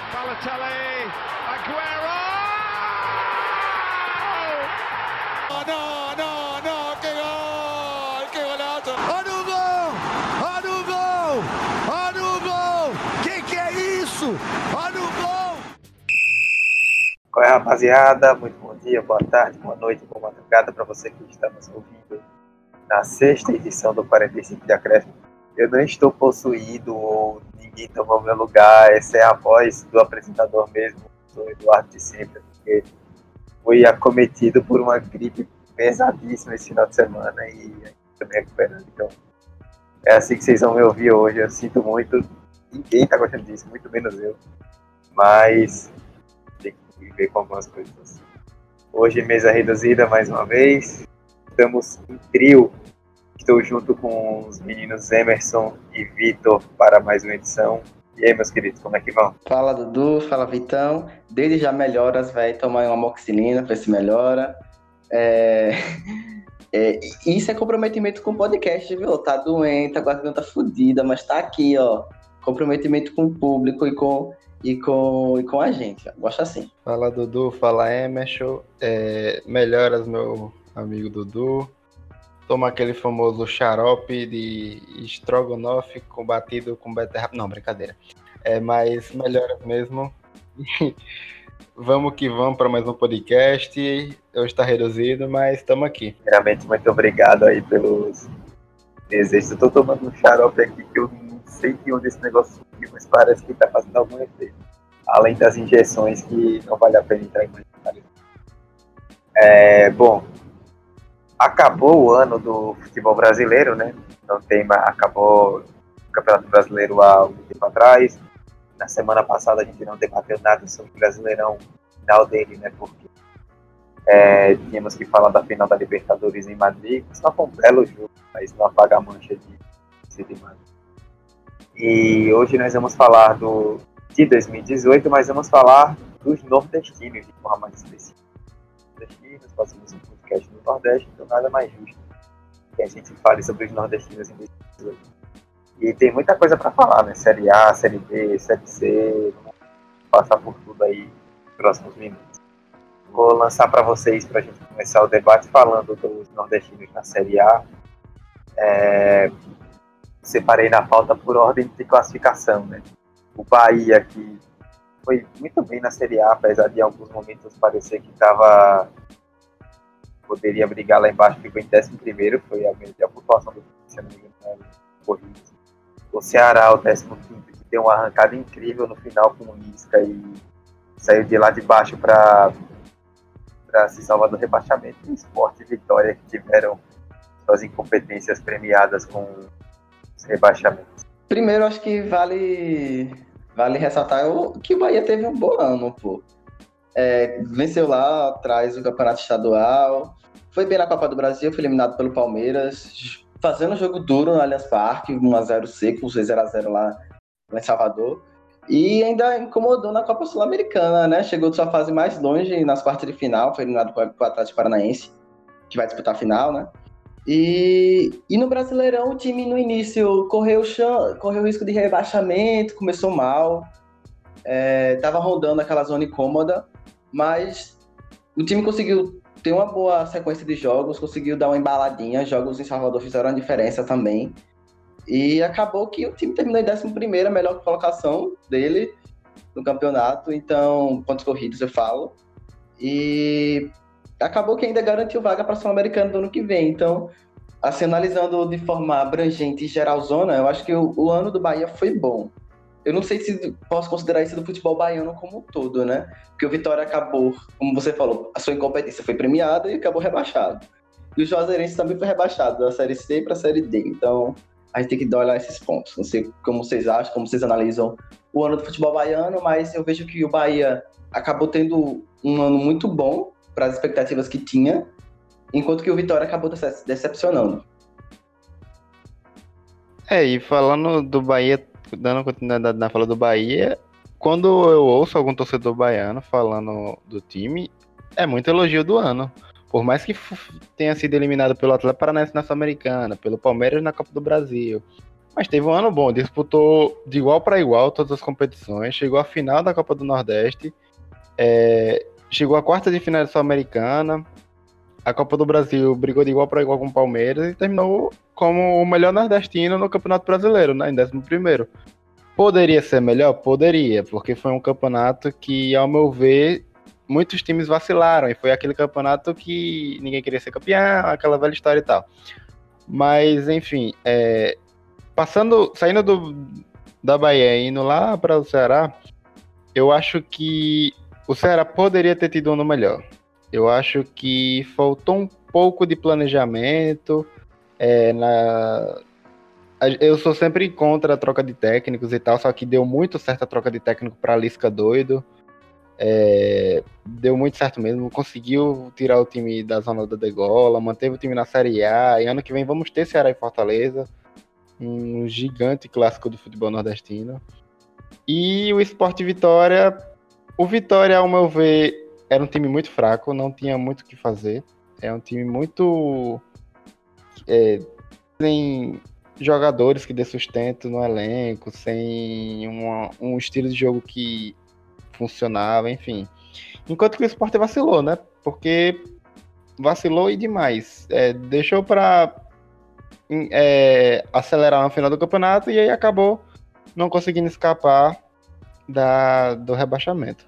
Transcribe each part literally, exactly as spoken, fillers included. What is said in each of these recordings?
Balotelli, Aguero! Oh, no, no, no, que gol, que golazo! Olha o gol, olha o gol, olha o gol! Que que é isso? Olha o gol! Qual é, rapaziada? Muito bom dia, boa tarde, boa noite, boa madrugada para você que está nos ouvindo na sexta edição do quarenta e cinco de Acréscimo. Eu não estou possuído ou ninguém tomou meu lugar, essa é a voz do apresentador mesmo, do Eduardo de sempre, porque fui acometido por uma gripe pesadíssima esse final de semana e estou me recuperando. Então, é assim que vocês vão me ouvir hoje. Eu sinto muito, ninguém está gostando disso, muito menos eu, mas tem que viver com algumas coisas assim. Hoje, mesa reduzida mais uma vez, estamos em trio. Estou junto com os meninos Emerson e Vitor para mais uma edição. E aí, meus queridos, como é que vão? Fala, Dudu. Fala, Vitão. Desde já melhoras, velho. Tomar uma amoxicilina, ver se melhora. É... é... Isso é comprometimento com o podcast, viu? Tá doente, a garganta fodida, mas tá aqui, ó. Comprometimento com o público e com, e com, e com a gente. Ó. Gosto assim. Fala, Dudu. Fala, Emerson. É... Melhoras, meu amigo Dudu. Toma aquele famoso xarope de estrogonofe combatido com beterraba. Não, brincadeira. É, mas melhoras mesmo. Vamos que vamos para mais um podcast. Hoje está reduzido, mas estamos aqui. Primeiramente, muito obrigado aí pelos desejos. Eu tô tomando um xarope aqui que eu não sei de onde esse negócio surgiu, mas parece que tá fazendo algum efeito. Além das injeções que não vale a pena entrar em mais detalhes. É, bom, acabou o ano do futebol brasileiro, né? Não tem mais, acabou o Campeonato Brasileiro há um tempo atrás. Na semana passada a gente não debateu nada sobre o Brasileirão final dele, né? Porque é, tínhamos que falar da final da Libertadores em Madrid. Só foi um belo jogo, mas não apaga a mancha de, de Madrid. E hoje nós vamos falar do, de dois mil e dezoito, mas vamos falar dos nordestinos de forma mais específica. Nordestinos, fazemos um podcast no Nordeste, então nada mais justo que a gente fale sobre os nordestinos em dois mil e dezoito. E tem muita coisa para falar, né? Série A, Série B, Série C, vamos passar por tudo aí nos próximos minutos. Vou lançar para vocês, para a gente começar o debate, falando dos nordestinos na Série A. É... Separei na pauta por ordem de classificação, né? O Bahia, que foi muito bem na Série A, apesar de em alguns momentos parecer que estava... poderia brigar lá embaixo, ficou em décimo primeiro, foi a melhor pontuação do time, se não me engano, corrido. O Ceará, o décimo quinto, que deu uma arrancada incrível no final com o Lisca e saiu de lá de baixo para se salvar do rebaixamento. E o Sport e Vitória, que tiveram suas incompetências premiadas com os rebaixamentos. Primeiro, acho que vale, vale ressaltar o, que o Bahia teve um bom ano, pô. É, venceu lá atrás o Campeonato Estadual, foi bem na Copa do Brasil, foi eliminado pelo Palmeiras, fazendo um jogo duro no Allianz Parque, um a zero seco, zero a zero lá, lá em Salvador, e ainda incomodou na Copa Sul-Americana, né? Chegou de sua fase mais longe nas quartas de final, foi eliminado pelo Atlético Paranaense, que vai disputar a final, né? E, e no Brasileirão o time no início correu, chão, correu risco de rebaixamento, começou mal, estava é, rondando aquela zona incômoda, mas o time conseguiu ter uma boa sequência de jogos, conseguiu dar uma embaladinha, jogos em Salvador fizeram a diferença também, e acabou que o time terminou em décimo primeiro, a melhor colocação dele no campeonato, então, pontos corridos eu falo, e acabou que ainda garantiu vaga para a Sul-Americana do ano que vem, então, assim, analisando de forma abrangente e geralzona, eu acho que o, o ano do Bahia foi bom. Eu não sei se posso considerar isso do futebol baiano como um todo, né? Porque o Vitória acabou, como você falou, a sua incompetência foi premiada e acabou rebaixado. E o Juazeirense também foi rebaixado da Série C para a Série D. Então, a gente tem que olhar esses pontos. Não sei como vocês acham, como vocês analisam o ano do futebol baiano, mas eu vejo que o Bahia acabou tendo um ano muito bom para as expectativas que tinha, enquanto que o Vitória acabou decepcionando. É, e falando do Bahia, dando continuidade na fala do Bahia, quando eu ouço algum torcedor baiano falando do time, é muito elogio do ano. Por mais que tenha sido eliminado pelo Atlético Paranaense na Sul-Americana, pelo Palmeiras na Copa do Brasil, Mas teve um ano bom, disputou de igual para igual todas as competições, chegou à final da Copa do Nordeste, é, chegou à quarta de final da Sul-Americana, a Copa do Brasil brigou de igual para igual com o Palmeiras e terminou como o melhor nordestino no Campeonato Brasileiro, né, em décimo primeiro. Poderia ser melhor? Poderia, porque foi um campeonato que, ao meu ver, muitos times vacilaram, e foi aquele campeonato que ninguém queria ser campeão, aquela velha história e tal. Mas, enfim, é, passando, saindo do, da Bahia e indo lá para o Ceará, eu acho que o Ceará poderia ter tido um ano melhor. Eu acho que faltou um pouco de planejamento. É, na... Eu sou sempre contra a troca de técnicos e tal, só que deu muito certo a troca de técnico para Lisca doido. É... Deu muito certo mesmo. Conseguiu tirar o time da zona da degola, manteve o time na Série A. E ano que vem vamos ter Ceará e Fortaleza. Um gigante clássico do futebol nordestino. E o Sport Vitória... O Vitória, ao meu ver, era um time muito fraco, não tinha muito o que fazer. É um time muito... É, sem jogadores que dê sustento no elenco, sem uma, um estilo de jogo que funcionava, enfim. Enquanto que o Sport vacilou, né? Porque vacilou e demais. É, deixou para é, acelerar no final do campeonato e aí acabou não conseguindo escapar da, do rebaixamento.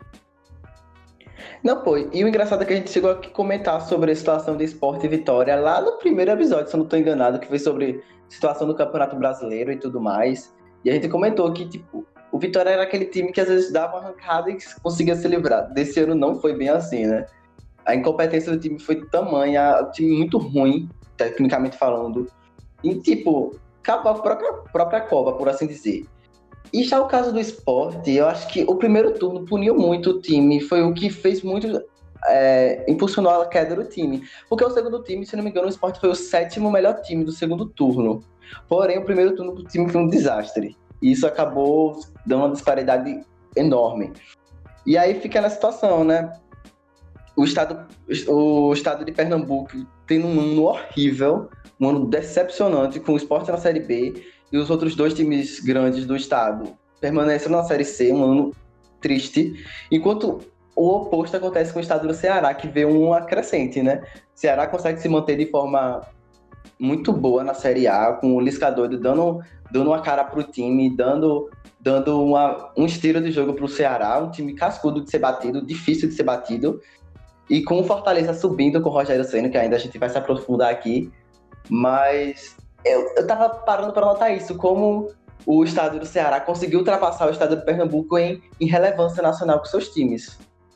Não, pô, e o engraçado é que a gente chegou aqui a comentar sobre a situação do Sport e Vitória lá no primeiro episódio, se eu não tô enganado, que foi sobre a situação do Campeonato Brasileiro e tudo mais. E a gente comentou que, tipo, o Vitória era aquele time que às vezes dava uma arrancada e conseguia se livrar. Desse ano não foi bem assim, né? A incompetência do time foi tamanha, o time muito ruim, tecnicamente falando. E, tipo, acabou a própria, própria cova, por assim dizer. E já o caso do Sport, eu acho que o primeiro turno puniu muito o time, foi o que fez muito, é, impulsionou a queda do time. Porque o segundo time, se não me engano, o Sport foi o sétimo melhor time do segundo turno. Porém, o primeiro turno do time foi um desastre. E isso acabou dando uma disparidade enorme. E aí fica na situação, né? O estado, o estado de Pernambuco tem um ano horrível, um ano decepcionante, com o Sport na Série B, e os outros dois times grandes do estado permanecendo na Série C, um ano triste, enquanto o oposto acontece com o estado do Ceará, que vê uma crescente, né? O Ceará consegue se manter de forma muito boa na Série A, com o Lisca doido dando, dando uma cara pro time, dando, dando uma, um estilo de jogo pro Ceará, um time cascudo de ser batido, difícil de ser batido, e com o Fortaleza subindo com o Rogério Ceni, que ainda a gente vai se aprofundar aqui, mas... Eu, eu tava parando para notar isso, como o estado do Ceará conseguiu ultrapassar o estado de Pernambuco em, em relevância nacional com seus times.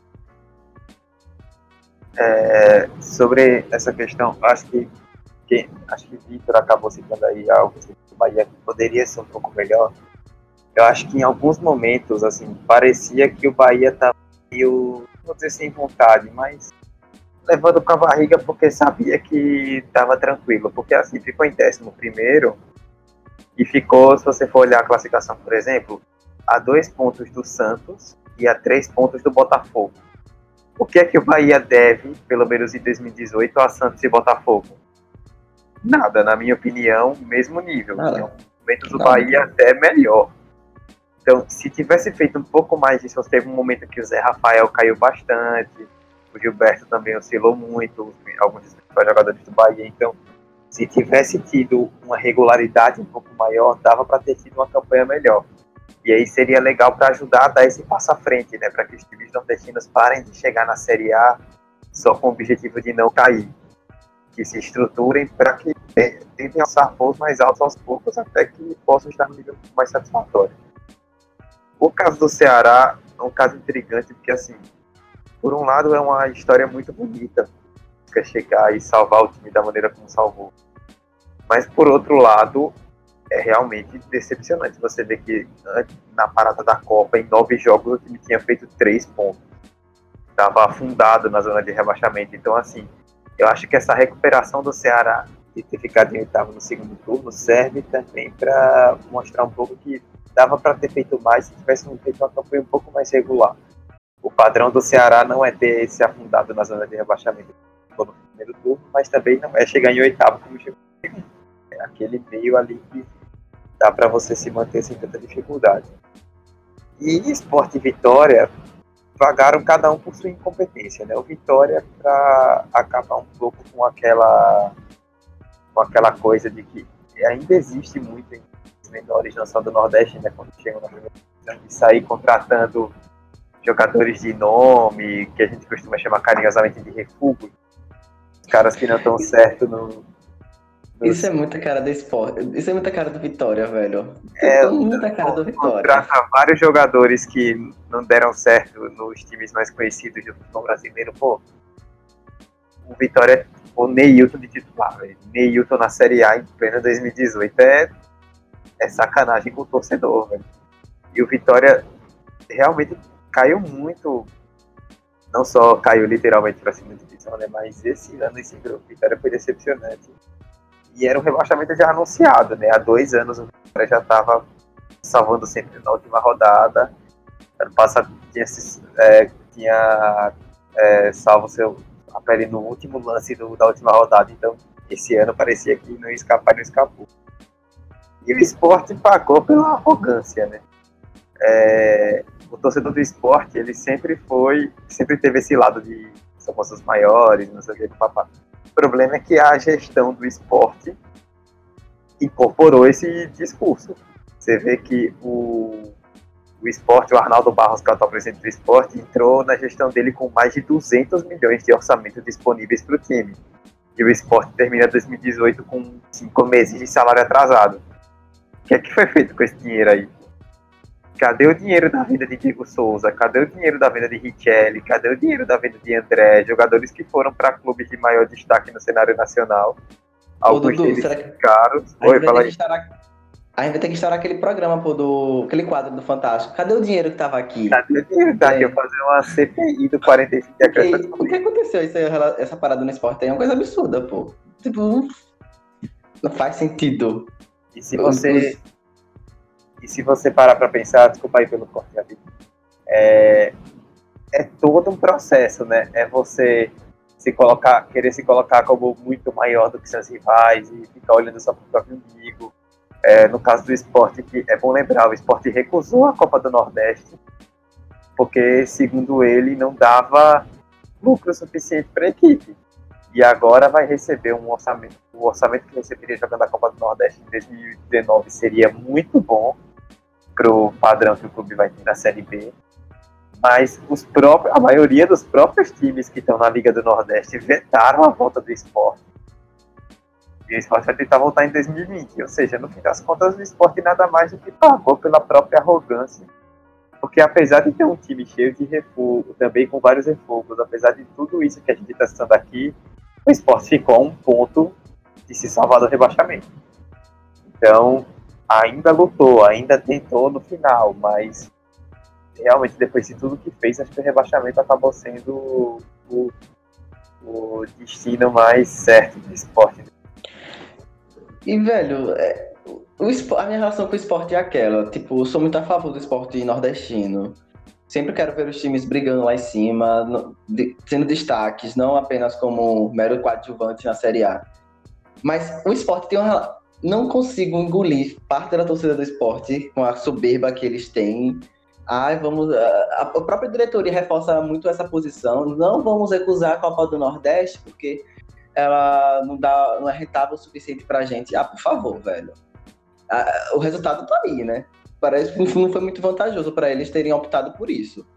É, sobre essa questão, acho que, que acho que Vitor acabou citando aí algo que o Bahia poderia ser um pouco melhor. Eu acho que em alguns momentos, assim, parecia que o Bahia estava meio, não vou dizer sem vontade, mas levando para a barriga porque sabia que estava tranquilo, porque assim, ficou em décimo primeiro e ficou, se você for olhar a classificação, por exemplo, a dois pontos do Santos e a três pontos do Botafogo. O que é que o Bahia deve, pelo menos em dois mil e dezoito, a Santos e Botafogo? Nada, na minha opinião, mesmo nível. Em alguns momentos o Bahia até melhor. Então, se tivesse feito um pouco mais disso, teve um momento que o Zé Rafael caiu bastante, o Gilberto também oscilou muito, alguns dos principais jogadores do Bahia. Então, se tivesse tido uma regularidade um pouco maior, dava para ter tido uma campanha melhor. E aí seria legal para ajudar a dar esse passo à frente, né? Para que os times nordestinos parem de chegar na Série A só com o objetivo de não cair. Que se estruturem para que tentem alçar voos mais altos aos poucos até que possam estar no nível mais satisfatório. O caso do Ceará é um caso intrigante, porque assim, por um lado é uma história muito bonita, quer chegar e salvar o time da maneira como salvou. Mas por outro lado, é realmente decepcionante você ver que na parada da Copa, em nove jogos, o time tinha feito três pontos. Estava afundado na zona de rebaixamento. Então, assim, eu acho que essa recuperação do Ceará de ter ficado em oitavo no segundo turno serve também para mostrar um pouco que dava para ter feito mais se tivesse feito uma campanha um pouco mais regular. O padrão do Ceará não é ter se afundado na zona de rebaixamento no primeiro turno, mas também não é chegar em oitavo como chegou no segundo. É aquele meio ali que dá para você se manter sem tanta dificuldade. E Sport e Vitória vagaram cada um por sua incompetência, né? O Vitória para acabar um pouco com aquela com aquela coisa de que ainda existe muito em menores não só do Nordeste, né? Quando chegam na primeira divisão, de sair contratando jogadores de nome, que a gente costuma chamar carinhosamente de refúgio, caras que não estão certo no Isso é muita cara do esporte. Isso é muita cara do Vitória, velho. É, é muita cara do Vitória. Contrata vários jogadores que não deram certo nos times mais conhecidos do futebol brasileiro. Pô, o Vitória, o Neilton de titular, velho. Neilton na Série A em pleno dois mil e dezoito é, é sacanagem com o torcedor, velho. E o Vitória realmente caiu muito. Não só caiu literalmente para cima da divisão, né? Mas esse ano esse grupo, o Vitória foi decepcionante. E era um rebaixamento já anunciado, né? Há dois anos o Vitória já estava salvando sempre na última rodada. Ano passado tinha, é, tinha é, salvo seu, a pele no último lance do, da última rodada. Então, esse ano parecia que não ia escapar, não escapou. E o Sport pagou pela arrogância, né? É, o torcedor do Sport, ele sempre foi, sempre teve esse lado de somos os maiores, não sei o que, papá. O problema é que a gestão do esporte incorporou esse discurso. Você vê que o, o esporte, o Arnaldo Barros, que é o atual presidente do esporte, entrou na gestão dele com mais de duzentos milhões de orçamento disponíveis para o time. E o esporte termina dois mil e dezoito com cinco meses de salário atrasado. O que é que foi feito com esse dinheiro aí? Cadê o dinheiro da venda de Diego Souza? Cadê o dinheiro da venda de Richelli? Cadê o dinheiro da venda de André? Jogadores que foram para clubes de maior destaque no cenário nacional. Alguns Dudu, deles será que... caros. A Oi, gente vai fala ter aí. que estourar... A gente vai ter que estourar aquele programa, pô, do... aquele quadro do Fantástico. Cadê o dinheiro que tava aqui? Cadê o dinheiro da É. que eu fazer uma C P I do quarenta e cinco O que, o que aconteceu isso aí, essa parada no esporte aí? É uma coisa absurda, pô. Tipo, não faz sentido. E se você... E se você parar para pensar, desculpa aí pelo corte, é, é todo um processo, né? É você se colocar, querer se colocar como muito maior do que seus rivais e ficar olhando só para o próprio umbigo. É, no caso do esporte, que é bom lembrar, o esporte recusou a Copa do Nordeste porque, segundo ele, não dava lucro suficiente para a equipe. E agora vai receber um orçamento. O orçamento que receberia jogando a Copa do Nordeste em dois mil e dezenove seria muito bom para o padrão que o clube vai ter na Série B. Mas os próprios, a maioria dos próprios times que estão na Liga do Nordeste vetaram a volta do esporte. E o esporte vai tentar voltar em dois mil e vinte. Ou seja, no fim das contas, o esporte nada mais do que pagou pela própria arrogância. Porque apesar de ter um time cheio de refúgio, também com vários refugos, apesar de tudo isso que a gente está citando aqui, o esporte ficou a um ponto de se salvar do rebaixamento. Então, ainda lutou, ainda tentou no final, mas realmente depois de tudo que fez, acho que o rebaixamento acabou sendo o, o destino mais certo do esporte. E, velho, é, o esporte, a minha relação com o esporte é aquela, tipo, eu sou muito a favor do esporte nordestino. Sempre quero ver os times brigando lá em cima, no, de, sendo destaques, não apenas como mero coadjuvante na Série A. Mas o esporte tem uma... Não consigo engolir parte da torcida do esporte com a soberba que eles têm. Ai, vamos... A, a própria diretoria reforça muito essa posição. Não vamos recusar a Copa do Nordeste porque ela não, dá, não é rentável o suficiente pra gente. Ah, por favor, velho. Ah, o resultado tá aí, né? Parece que não foi muito vantajoso para eles terem optado por isso.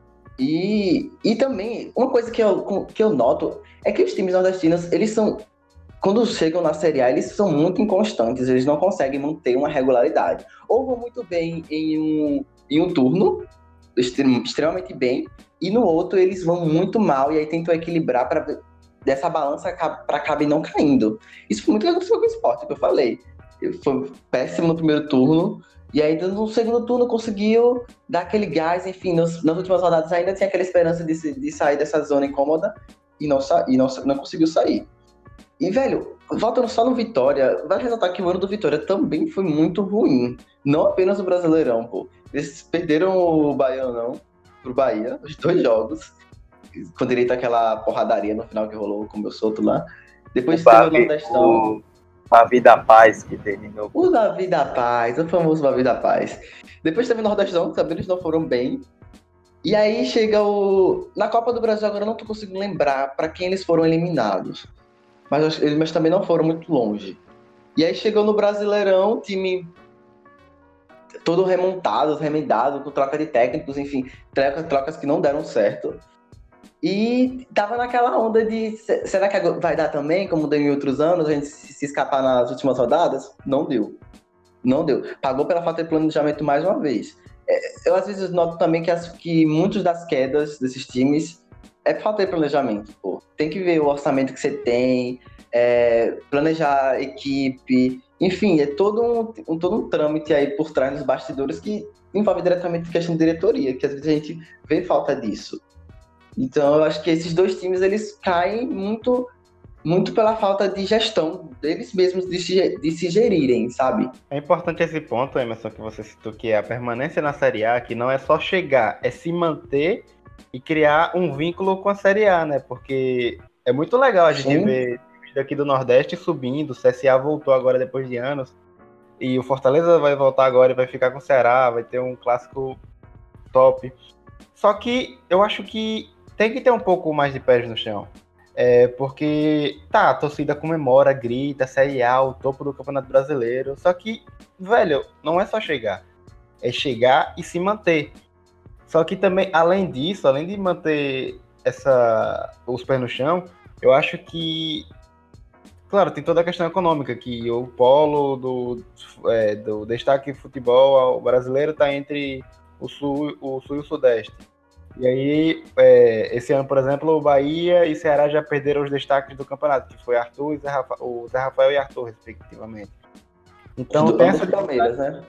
E, e também, uma coisa que eu, que eu noto é que os times nordestinos, eles são... Quando chegam na Série A, eles são muito inconstantes, eles não conseguem manter uma regularidade. Ou vão muito bem em um, em um turno, extremamente bem, e no outro eles vão muito mal, e aí tentam equilibrar para dessa balança para acabar não caindo. Isso foi muito aconteceu com o esporte, que eu falei. Foi péssimo no primeiro turno, e aí no segundo turno conseguiu dar aquele gás, enfim, nos, nas últimas rodadas ainda tinha aquela esperança de, de sair dessa zona incômoda, e não, e não, não conseguiu sair. E, velho, voltando só no Vitória, vai ressaltar que o ano do Vitória também foi muito ruim. Não apenas o Brasileirão, pô. Eles perderam o Baianão pro Bahia, os dois jogos, com direito àquela porradaria no final que rolou com o meu solto lá. Depois o teve Babi, o Nordestão. O Bavi da Paz, que terminou. O Bavi da Paz, o famoso Bavi da Paz. Depois teve o Nordestão, que também eles não foram bem. E aí chega o... Na Copa do Brasil agora eu não tô conseguindo lembrar pra quem eles foram eliminados. Mas, mas também não foram muito longe. E aí chegou no Brasileirão, time todo remontado, remendado, com troca de técnicos, enfim, trocas, trocas que não deram certo. E tava naquela onda de, será que vai dar também, como deu em outros anos, a gente se escapar nas últimas rodadas? Não deu. Não deu. Pagou pela falta de planejamento mais uma vez. Eu às vezes noto também que, as, que muitas das quedas desses times é falta de planejamento, pô. Tem que ver o orçamento que você tem, é, planejar a equipe, enfim, é todo um, um, todo um trâmite aí por trás dos bastidores que envolve diretamente questão de diretoria, que às vezes a gente vê falta disso. Então eu acho que esses dois times, eles caem muito, muito pela falta de gestão deles mesmos, de se, de se gerirem, sabe? É importante esse ponto, Emerson, que você citou, que é a permanência na Série A, que não é só chegar, é se manter e criar um vínculo com a Série A, né? Porque é muito legal a gente Sim. ver times daqui do Nordeste subindo, o C S A voltou agora depois de anos, e o Fortaleza vai voltar agora e vai ficar com o Ceará, vai ter um clássico top. Só que eu acho que tem que ter um pouco mais de pés no chão. É, porque, tá, a torcida comemora, grita, Série A, o topo do Campeonato Brasileiro. Só que, velho, não é só chegar. É chegar e se manter. Só que também, além disso, além de manter essa, os pés no chão, eu acho que, claro, tem toda a questão econômica, que o polo do, é, do destaque futebol brasileiro está entre o sul, o sul e o sudeste. E aí, é, esse ano, por exemplo, o Bahia e Ceará já perderam os destaques do campeonato, que foi Arthur e Zé Rafa, o Zé Rafael e Arthur, respectivamente. Então, do tem essa Palmeiras, né?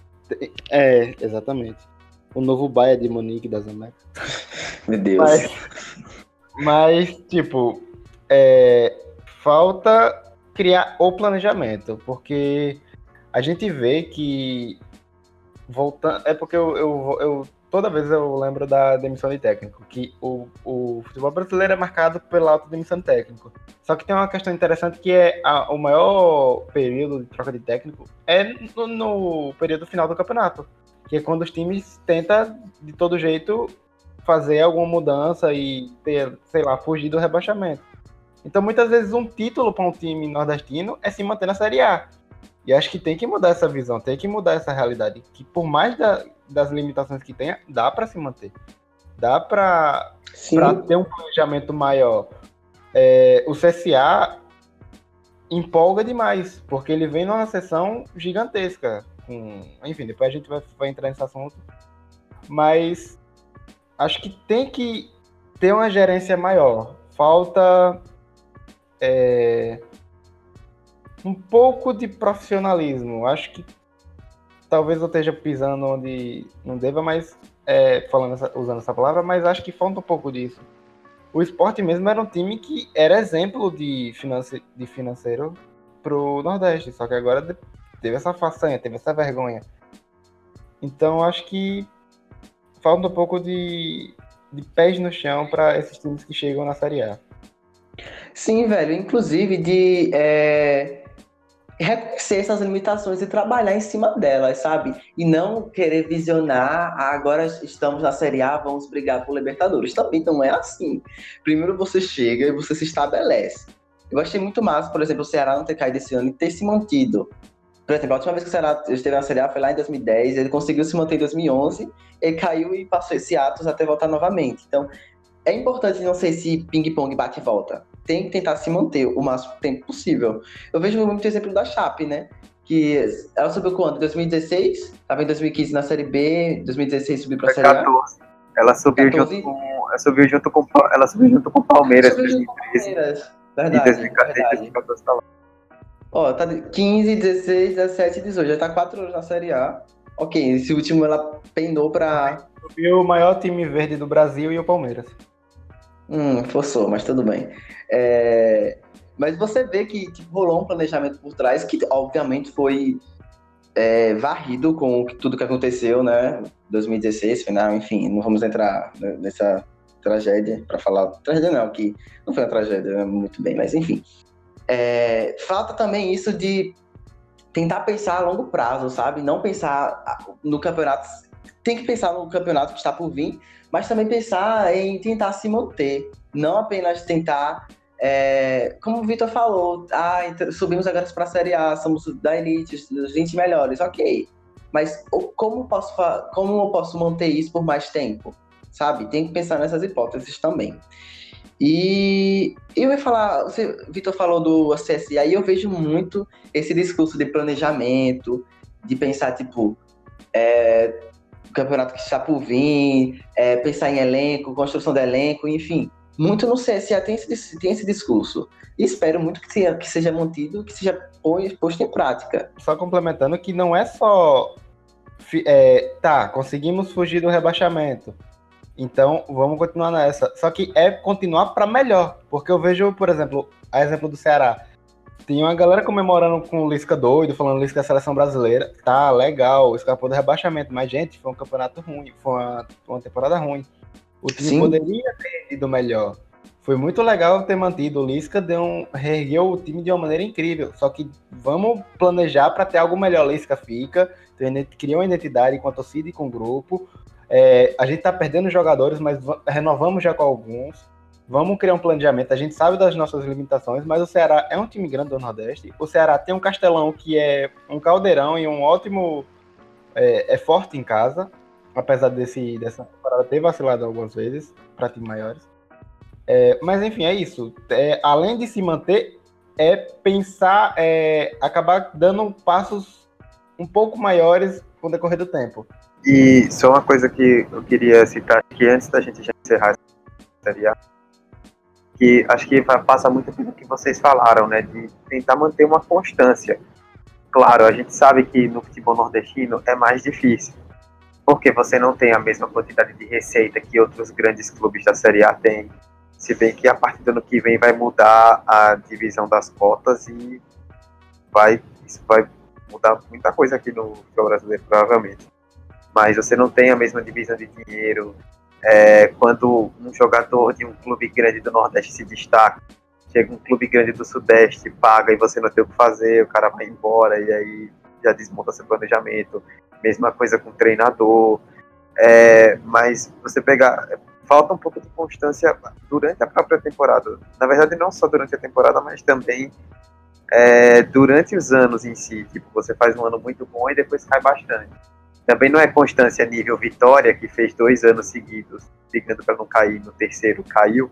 É, exatamente. O novo Bahia de Monique das Américas. Meu Deus. Mas, mas tipo, é, falta criar o planejamento, porque a gente vê que voltando. É porque eu, eu, eu toda vez eu lembro da demissão de técnico, que o, o futebol brasileiro é marcado pela alta demissão de técnico. Só que tem uma questão interessante que é a, o maior período de troca de técnico é no, no período final do campeonato, que é quando os times tentam, de todo jeito, fazer alguma mudança e ter, sei lá, fugir do rebaixamento. Então, muitas vezes, um título para um time nordestino é se manter na Série A. E acho que tem que mudar essa visão, tem que mudar essa realidade, que por mais da, das limitações que tenha, dá para se manter. Dá para ter um planejamento maior. É, o C S A empolga demais, porque ele vem numa sessão gigantesca. Com, enfim, depois a gente vai, vai entrar nesse assunto. Mas acho que tem que ter uma gerência maior. Falta é, um pouco de profissionalismo. Acho que talvez eu esteja pisando onde não deva, mas é, falando essa, usando essa palavra, mas acho que falta um pouco disso. O Sport mesmo era um time que era exemplo de, finance, de financeiro pro Nordeste, só que agora teve essa façanha, teve essa vergonha. Então acho que falta um pouco de, de pés no chão para esses times que chegam na Série A. Sim, velho, inclusive de é, reconhecer essas limitações e trabalhar em cima delas, sabe? E não querer visionar, ah, agora estamos na Série A, vamos brigar por Libertadores. Também não é assim. Primeiro você chega e você se estabelece. Eu achei muito massa, por exemplo, o Ceará não ter caído esse ano e ter se mantido. Por exemplo, a última vez que o Ceará esteve na Série A foi lá em dois mil e dez, ele conseguiu se manter em dois mil e onze, ele caiu e passou esse atos até voltar novamente. Então, é importante não ser esse ping-pong bate e volta. Tem que tentar se manter o máximo tempo possível. Eu vejo muito exemplo da Chape, né? Que ela subiu quando? dois mil e dezesseis? Estava em dois mil e quinze na Série B, dois mil e dezesseis subiu para a Série A. Ela subiu quatorze. junto com, ela subiu junto com, ela subiu junto com o Palmeiras em dois mil e treze. Verdade, e dois mil e quatorze, dois mil e quatorze tá lá. Ó, tá quinze, dezesseis, dezessete e dezoito. Já tá quatro anos na Série A. Ok, esse último ela penou pra... Subiu o maior time verde do Brasil e o Palmeiras. Hum, forçou, mas tudo bem. É... Mas você vê que tipo, rolou um planejamento por trás que, obviamente, foi é, varrido com tudo que aconteceu, né? dois mil e dezesseis, final, enfim, não vamos entrar nessa tragédia pra falar... Tragédia não, que não foi uma tragédia, muito bem, mas enfim. É, falta também isso de tentar pensar a longo prazo, sabe? Não pensar no campeonato. Tem que pensar no campeonato que está por vir, mas também pensar em tentar se manter. Não apenas tentar, é, como o Vitor falou, ah, subimos agora para a Série A, somos da elite, os vinte melhores, ok. Mas como, posso, como eu posso manter isso por mais tempo? Sabe? Tem que pensar nessas hipóteses também. E eu ia falar, o Vitor falou do C S A, e eu vejo muito esse discurso de planejamento, de pensar, tipo, é, o campeonato que está por vir, é, pensar em elenco, construção de elenco, enfim. Muito no C S A tem esse, tem esse discurso. E espero muito que seja, que seja mantido, que seja posto em prática. Só complementando que não é só... É, tá, conseguimos fugir do rebaixamento. Então, vamos continuar nessa. Só que é continuar para melhor. Porque eu vejo, por exemplo, a exemplo do Ceará. Tem uma galera comemorando com o Lisca doido, falando Lisca é a seleção brasileira. Tá, legal, escapou do rebaixamento. Mas, gente, foi um campeonato ruim. Foi uma, foi uma temporada ruim. O time Sim. poderia ter ido melhor. Foi muito legal ter mantido. O Lisca deu um, reergueu o time de uma maneira incrível. Só que vamos planejar para ter algo melhor. O Lisca fica, criou uma identidade com a torcida e com o grupo. É, a gente tá perdendo jogadores, mas renovamos já com alguns. Vamos criar um planejamento. A gente sabe das nossas limitações, mas o Ceará é um time grande do Nordeste. O Ceará tem um Castelão que é um caldeirão e um ótimo... É, é forte em casa, apesar desse, dessa temporada ter vacilado algumas vezes para times maiores. É, mas, enfim, é isso. É, além de se manter, é pensar, é, acabar dando passos um pouco maiores com o decorrer do tempo. E só uma coisa que eu queria citar aqui antes da gente já encerrar essa série A, que acho que passa muito pelo que vocês falaram, né, de tentar manter uma constância. Claro, a gente sabe que no futebol nordestino é mais difícil, porque você não tem a mesma quantidade de receita que outros grandes clubes da Série A têm, se bem que a partir do ano que vem vai mudar a divisão das cotas e vai, isso vai mudar muita coisa aqui no futebol brasileiro, provavelmente. Mas você não tem a mesma divisão de dinheiro. É, quando um jogador de um clube grande do Nordeste se destaca, chega um clube grande do Sudeste, paga e você não tem o que fazer, o cara vai embora e aí já desmonta seu planejamento. Mesma coisa com o treinador. É, mas você pegar... Falta um pouco de constância durante a própria temporada. Na verdade, não só durante a temporada, mas também é, durante os anos em si. Tipo, você faz um ano muito bom e depois cai bastante. Também não é constância nível Vitória, que fez dois anos seguidos, brigando para não cair, no terceiro caiu.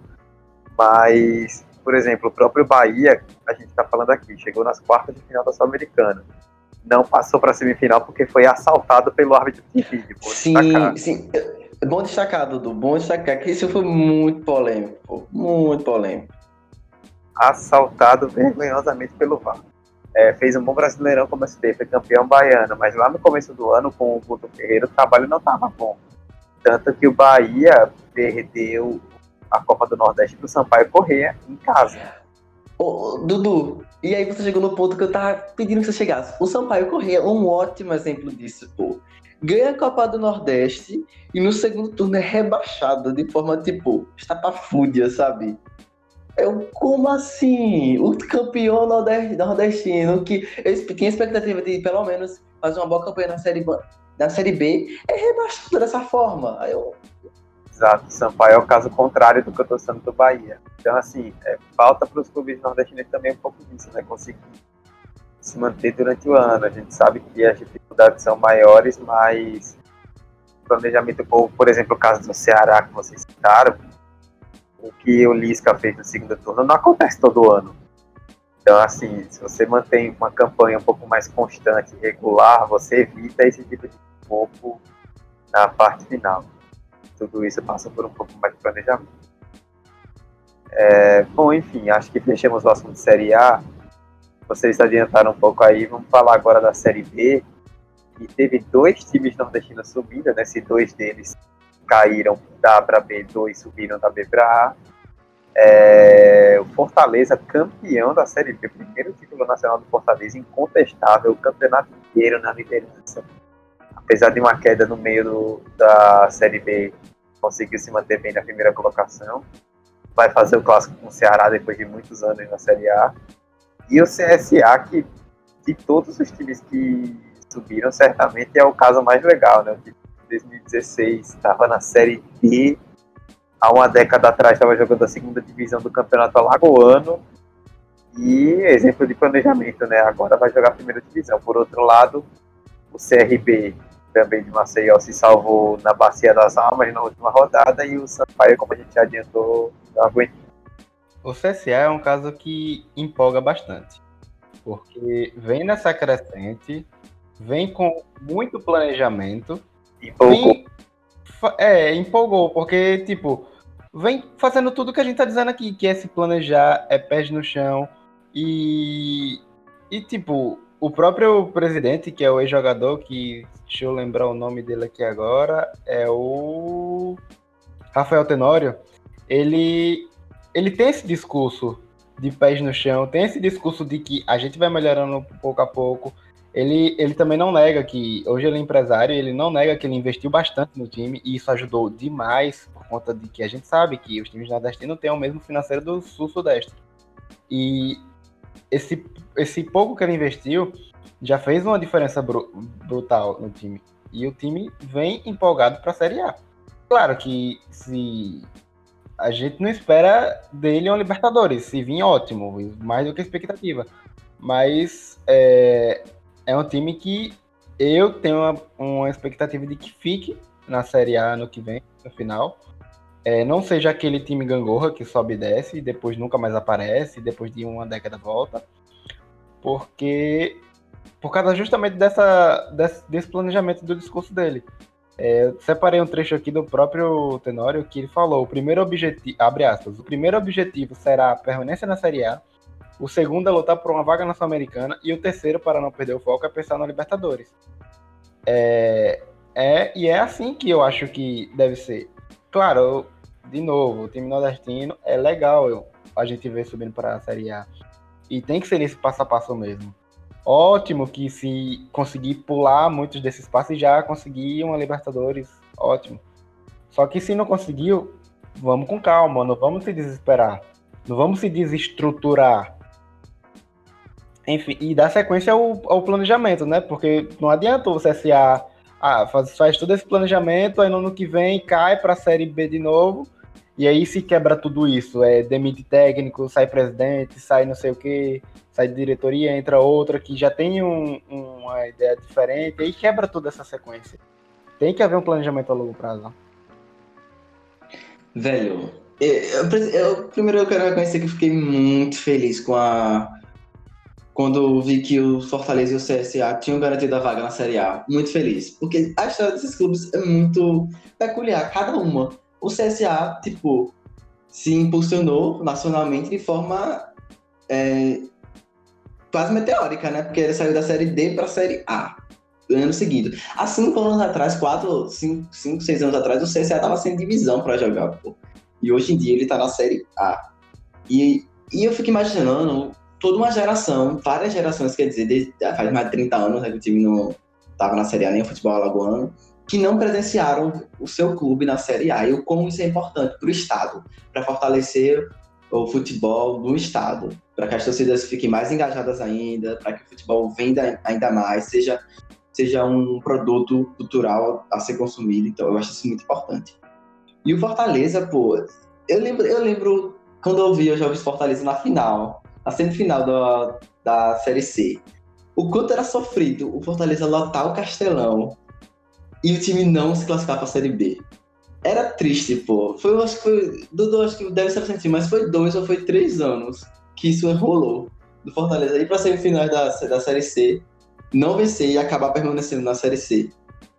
Mas, por exemplo, o próprio Bahia, a gente está falando aqui, chegou nas quartas de final da Sul-Americana. Não passou para a semifinal porque foi assaltado pelo árbitro de vídeo. Sim, destacar. sim. Bom destacar, Dudu. Bom destacar que isso foi muito polêmico. Pô. Muito polêmico. Assaltado vergonhosamente pelo V A R. É, fez um bom Brasileirão como S T, foi campeão baiano, mas lá no começo do ano, com o Guto Ferreira, o trabalho não estava bom. Tanto que o Bahia perdeu a Copa do Nordeste do Sampaio Corrêa em casa. Ô, Dudu, e aí você chegou no ponto que eu tava pedindo que você chegasse. O Sampaio Corrêa é um ótimo exemplo disso, pô. Ganha a Copa do Nordeste e no segundo turno é rebaixado de forma, tipo, estapafúrdia, sabe? Eu, como assim? O campeão nordestino, que eu tinha expectativa de, pelo menos, fazer uma boa campanha na Série B, na série B é rebaixado dessa forma. Aí eu... Exato, o Sampaio é o caso contrário do que eu tô sendo do Bahia. Então, assim, é, falta para os clubes nordestinos também um pouco disso, né? Conseguir se manter durante o ano. A gente sabe que as dificuldades são maiores, mas o planejamento, por exemplo, o caso do Ceará, que vocês citaram, o que o Lisca fez no segundo turno não acontece todo ano. Então, assim, se você mantém uma campanha um pouco mais constante e regular, você evita esse tipo de pouco na parte final. Tudo isso passa por um pouco mais de planejamento. É, bom, enfim, acho que fechamos o assunto de Série A. Vocês adiantaram um pouco aí, vamos falar agora da Série B. E teve dois times nordestinos subindo, né? Se dois deles caíram da A para B, dois subiram da B para A. É, o Fortaleza, campeão da Série B, primeiro título nacional do Fortaleza, incontestável, o campeonato inteiro na liderança. Apesar de uma queda no meio do, da Série B, conseguiu se manter bem na primeira colocação. Vai fazer o clássico com o Ceará depois de muitos anos na Série A. E o C S A, que de todos os times que subiram, certamente é o caso mais legal, né? O time de dois mil e dezesseis estava na Série D, há uma década atrás estava jogando a segunda divisão do Campeonato Alagoano, e exemplo de planejamento, né? Agora vai jogar a primeira divisão. Por outro lado, o C R B, também de Maceió, se salvou na Bacia das Almas na última rodada, e o Sampaio, como a gente já adiantou, não aguentou. O C S A é um caso que empolga bastante, porque vem nessa crescente, vem com muito planejamento, Empolgou. vem, é, empolgou, porque, tipo, vem fazendo tudo que a gente tá dizendo aqui, que é se planejar, é pés no chão, e, e tipo, o próprio presidente, que é o ex-jogador, que, deixa eu lembrar o nome dele aqui agora, é o Rafael Tenório, ele, ele tem esse discurso de pés no chão, tem esse discurso de que a gente vai melhorando pouco a pouco. Ele, ele também não nega que, hoje ele é empresário, ele não nega que ele investiu bastante no time, e isso ajudou demais, por conta de que a gente sabe que os times nordestinos têm o mesmo financeiro do sul-sudeste. E esse, esse pouco que ele investiu já fez uma diferença br- brutal no time. E o time vem empolgado para a Série A. Claro que se a gente não espera dele uma Libertadores, se vir ótimo, mais do que expectativa. Mas é, é um time que eu tenho uma, uma expectativa de que fique na Série A ano que vem, no final. É, não seja aquele time gangorra que sobe e desce e depois nunca mais aparece, depois de uma década volta. Porque, por causa justamente dessa, desse, desse planejamento do discurso dele. É, separei um trecho aqui do próprio Tenório que ele falou: o primeiro objetivo, abre aspas, o primeiro objetivo será a permanência na Série A, o segundo é lutar por uma vaga na Sul-Americana, e o terceiro, para não perder o foco, é pensar na Libertadores. É, é, e é assim que eu acho que deve ser. Claro, de novo, o time nordestino é legal eu, a gente ver subindo para a Série A. E tem que ser nesse passo a passo mesmo. Ótimo que se conseguir pular muitos desses passos e já conseguir uma Libertadores, ótimo. Só que se não conseguiu, vamos com calma, não vamos se desesperar. Não vamos se desestruturar. Enfim, e dar sequência ao, ao planejamento, né? Porque não adianta o C S A ah, faz, faz todo esse planejamento, aí no ano que vem cai para a Série B de novo, e aí se quebra tudo isso. É, demite técnico, sai presidente, sai não sei o quê, sai de diretoria, entra outra que já tem um, uma ideia diferente, aí quebra toda essa sequência. Tem que haver um planejamento a longo prazo. Velho, eu, eu, eu, primeiro eu quero reconhecer que eu fiquei muito feliz com a... quando eu vi que o Fortaleza e o C S A tinham garantido a vaga na Série A. Muito feliz. Porque a história desses clubes é muito peculiar, cada uma. O C S A, tipo, se impulsionou nacionalmente de forma é, quase meteórica, né? Porque ele saiu da Série D para a Série A, ano seguido. Há cinco anos atrás, quatro, cinco, cinco, seis anos atrás, o C S A estava sem divisão para jogar, pô. E hoje em dia ele está na Série A. E, e eu fico imaginando toda uma geração, várias gerações, quer dizer, desde, faz mais de trinta anos, né, que o time não estava na Série A, nem o futebol alagoano, que não presenciaram o seu clube na Série A, e o como isso é importante para o Estado, para fortalecer o futebol do Estado, para que as torcidas fiquem mais engajadas ainda, para que o futebol venda ainda mais, seja, seja um produto cultural a ser consumido. Então eu acho isso muito importante. E o Fortaleza, pô, eu lembro, eu lembro quando eu vi os jogos Fortaleza na final, a semifinal da, da Série C, o quanto era sofrido o Fortaleza lotar o Castelão e o time não se classificar para a Série B. Era triste, pô. Foi, eu acho que foi, Dudu, acho que deve ser sentido, mas foi dois ou foi três anos que isso rolou do Fortaleza ir para a semifinal da, da Série C, não vencer e acabar permanecendo na Série C.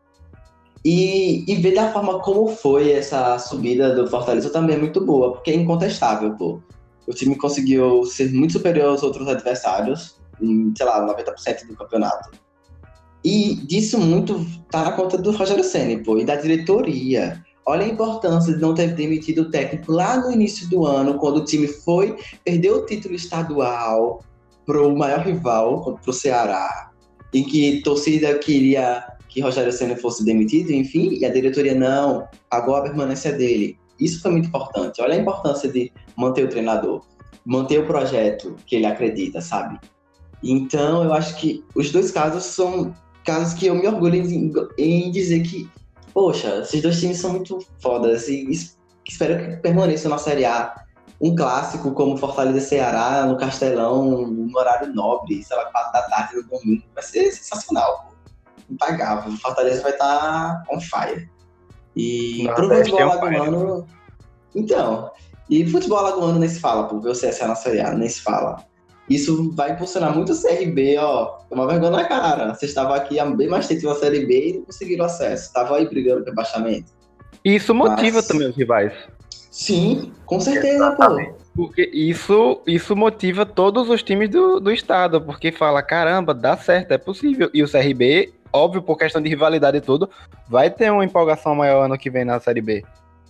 E, e ver da forma como foi essa subida do Fortaleza também é muito boa, porque é incontestável, pô. O time conseguiu ser muito superior aos outros adversários, em, sei lá, noventa por cento do campeonato. E disso muito tá na conta do Rogério Ceni, pô, e da diretoria. Olha a importância de não ter demitido o técnico lá no início do ano, quando o time foi, perdeu o título estadual pro maior rival, pro Ceará, em que a torcida queria que Rogério Ceni fosse demitido, enfim, e a diretoria não, pagou a permanência dele. Isso foi muito importante. Olha a importância de manter o treinador. manter o projeto que ele acredita, sabe? Então, eu acho que os dois casos são casos que eu me orgulho em, em dizer que, poxa, esses dois times são muito fodas e espero que permaneçam na Série A. Um clássico como Fortaleza e Ceará no Castelão, no horário nobre, sei lá, quatro da tarde no domingo, vai ser sensacional, pô. Impagável. Fortaleza vai estar on fire. E Nossa, pro futebol é um alagoano... Então, e futebol alagoano nem se fala, pô, ver o C S A na Série A, nem se fala. Isso vai impulsionar muito o C R B, ó, uma vergonha na cara. Vocês estavam aqui há bem mais tempo na Série B e não conseguiram acesso. Estavam aí brigando pelo rebaixamento. Isso motiva Mas... também os rivais. Sim, com certeza, Exatamente. pô. Porque isso, isso motiva todos os times do, do estado, porque fala, caramba, dá certo, é possível. E o C R B, óbvio, por questão de rivalidade e tudo, vai ter uma empolgação maior ano que vem na Série B.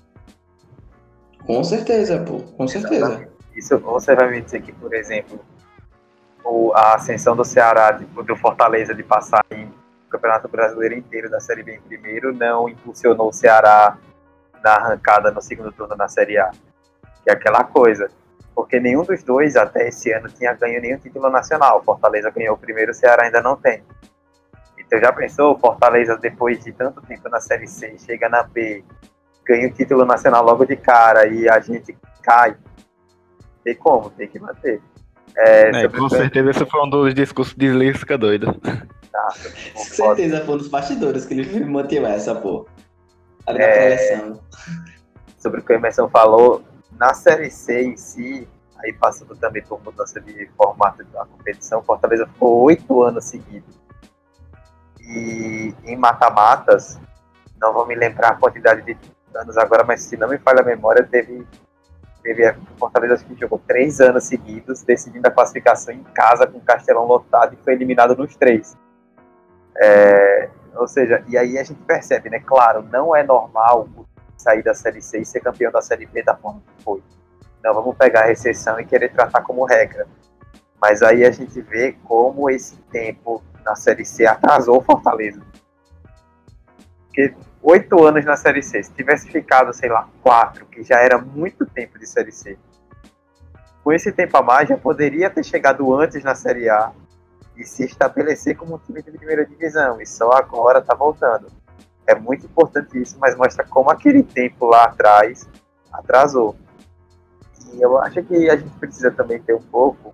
Com certeza, pô, com certeza. Exatamente. Isso, você vai me dizer que, por exemplo, o, a ascensão do Ceará, tipo, do Fortaleza de passar em Campeonato Brasileiro inteiro da Série B em primeiro, não impulsionou o Ceará na arrancada no segundo turno na Série A. Que é aquela coisa. Porque nenhum dos dois, até esse ano, tinha ganho nenhum título nacional. Fortaleza ganhou o primeiro, o Ceará ainda não tem. Então já pensou, Fortaleza, depois de tanto tempo na Série C, chega na B, ganha o título nacional logo de cara e a gente cai. Tem como, tem que manter. É, É, com certeza esse foi um dos discursos de Lisca doido. Tá, Com certeza foi um dos bastidores que ele manteve essa, pô. Ali na preleção. Sobre o que o Emerson falou, na Série C em si, aí passando também por mudança de formato da competição, Fortaleza ficou oito anos seguidos. E em mata-matas, não vou me lembrar a quantidade de anos agora, mas se não me falha a memória, teve, teve a Fortaleza que jogou três anos seguidos, decidindo a classificação em casa com o Castelão lotado e foi eliminado nos três. É, ou seja, e aí a gente percebe, né? Claro, não é normal sair da Série C e ser campeão da Série B da forma que foi. Não, vamos pegar a exceção e querer tratar como regra. Mas aí a gente vê como esse tempo na Série C atrasou o Fortaleza. Porque oito anos na Série C, se tivesse ficado, sei lá, quatro, que já era muito tempo de Série C, com esse tempo a mais já poderia ter chegado antes na Série A e se estabelecer como um time de primeira divisão, e só agora está voltando. É muito importante isso, mas mostra como aquele tempo lá atrás atrasou. E eu acho que a gente precisa também ter um pouco,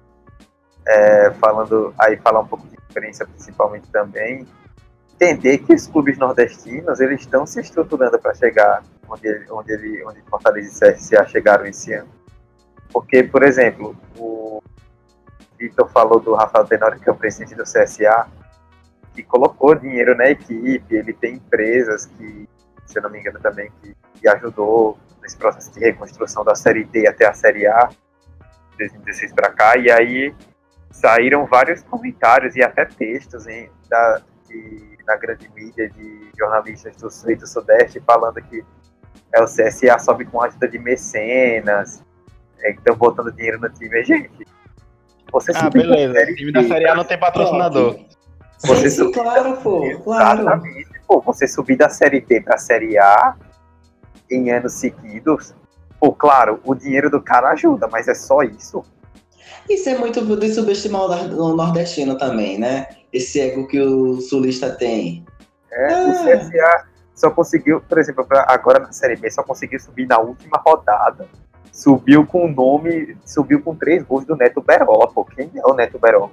é, falando aí falar um pouco de diferença principalmente também, entender que os clubes nordestinos eles estão se estruturando para chegar onde, onde, ele, onde Fortaleza e C S A chegaram esse ano. Porque, por exemplo, o Vitor falou do Rafael Tenório, que é o presidente do C S A, que colocou dinheiro na equipe, ele tem empresas que, se eu não me engano também, que, que ajudou nesse processo de reconstrução da Série D até a Série A, de dois mil e dezesseis para cá, e aí saíram vários comentários e até textos hein, da, de, na grande mídia de jornalistas do Sul e do Sudeste falando que é, o C S A sobe com a ajuda de mecenas, é, que estão botando dinheiro no time. Gente, você Ah, beleza, o time da Série A não tem patrocinador. Você sim, sim, claro, pô, claro. Exatamente. Pô, você subir da Série D para a Série A em anos seguidos, pô, claro, o dinheiro do cara ajuda, mas é só isso. Isso é muito de subestimar o nordestino também, né? Esse ego que o sulista tem. É, ah. O C S A só conseguiu, por exemplo, pra, agora na Série B, só conseguiu subir na última rodada. Subiu com o nome, subiu com três gols do Neto Berola, pô. Quem é o Neto Berola?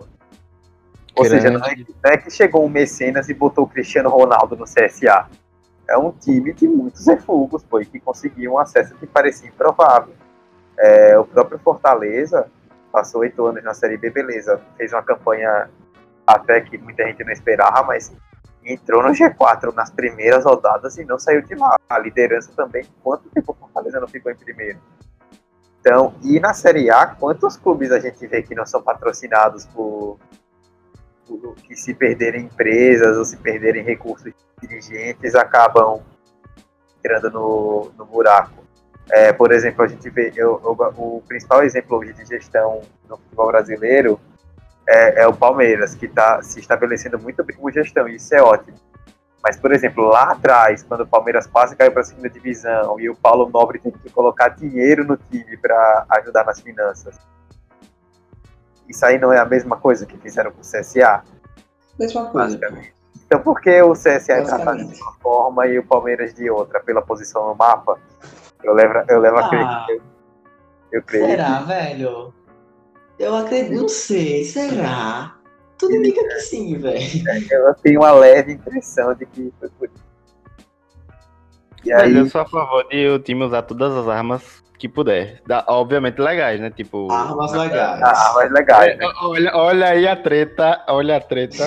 Ou Grande. seja, não é, não é que chegou um mecenas e botou o Cristiano Ronaldo no C S A. É um time de muitos refugos, pô, e que conseguiu um acesso que parecia improvável. É, o próprio Fortaleza passou oito anos na Série B, beleza. Fez uma campanha até que muita gente não esperava, mas entrou no G quatro nas primeiras rodadas e não saiu de lá. A liderança também, quanto tempo o Fortaleza não ficou em primeiro? Então, e na Série A, quantos clubes a gente vê que não são patrocinados por, por que se perderem empresas ou se perderem recursos dirigentes acabam entrando no, no buraco. É, por exemplo, a gente vê eu, eu, o principal exemplo hoje de gestão no futebol brasileiro é, é o Palmeiras, que está se estabelecendo muito bem como gestão, e isso é ótimo. Mas, por exemplo, lá atrás, quando o Palmeiras quase caiu para a segunda divisão e o Paulo Nobre teve que colocar dinheiro no time para ajudar nas finanças, Isso aí não é a mesma coisa que fizeram com o C S A? Mesma coisa. Então por que o C S A é tratado Basicamente. de uma forma e o Palmeiras de outra, pela posição no mapa? Eu levo, eu levo a crer Ah, que eu, eu creio será, velho? Eu acredito, não sei, será? Tudo indica que sim, velho. que eu tenho uma leve impressão de que foi por isso. E Velho, aí, eu sou a favor de o time usar todas as armas que puder. Da- obviamente legais, né? Tipo. Armas na- legais. ah, mais legais, né? É, olha, olha aí a treta, olha a treta.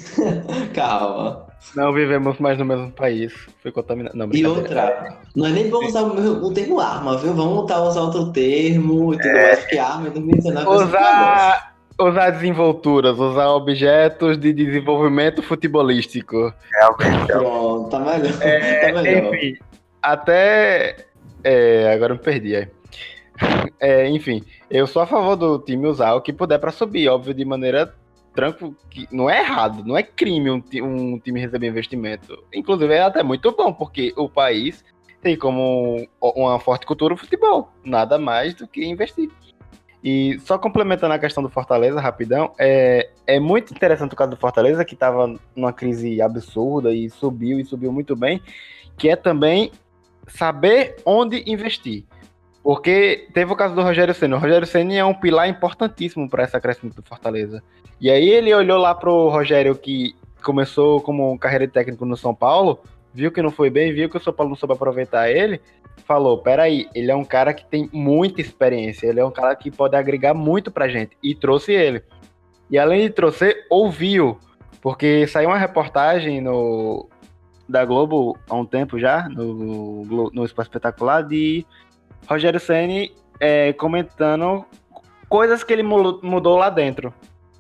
Calma. Não vivemos mais no mesmo país. Fui contaminado. Não, E brincadeira. outra, não é nem bom usar o, mesmo- o termo arma, viu? Vamos voltar a usar outro termo e tudo mais, porque arma em dois mil e dezenove vai ser um negócio. Usar, usar desenvolturas, usar objetos de desenvolvimento futebolístico. Realmente. é um- Pronto, tá melhor. tá melhor. Enfim, até. é, agora eu me perdi. É. É, enfim, eu sou a favor do time usar o que puder pra subir, óbvio, de maneira tranquila. Não é errado, não é crime um, ti- um time receber investimento. Inclusive, é até muito bom, porque o país tem como uma forte cultura o futebol. Nada mais do que investir. E só complementando a questão do Fortaleza, rapidão, é, é muito interessante o caso do Fortaleza, que estava numa crise absurda e subiu e subiu muito bem, que é também saber onde investir. Porque teve o caso do Rogério Ceni. O Rogério Ceni é um pilar importantíssimo para essa crescimento do Fortaleza. E aí ele olhou lá pro Rogério, que começou como carreira de técnico no São Paulo, viu que não foi bem, viu que o São Paulo não soube aproveitar ele, falou, peraí, ele é um cara que tem muita experiência, ele é um cara que pode agregar muito pra gente, e trouxe ele. E além de trouxer, ouviu, porque saiu uma reportagem no, da Globo há um tempo já, no, Glo- no Esporte Espetacular, de Rogério Ceni é, comentando coisas que ele mu- mudou lá dentro.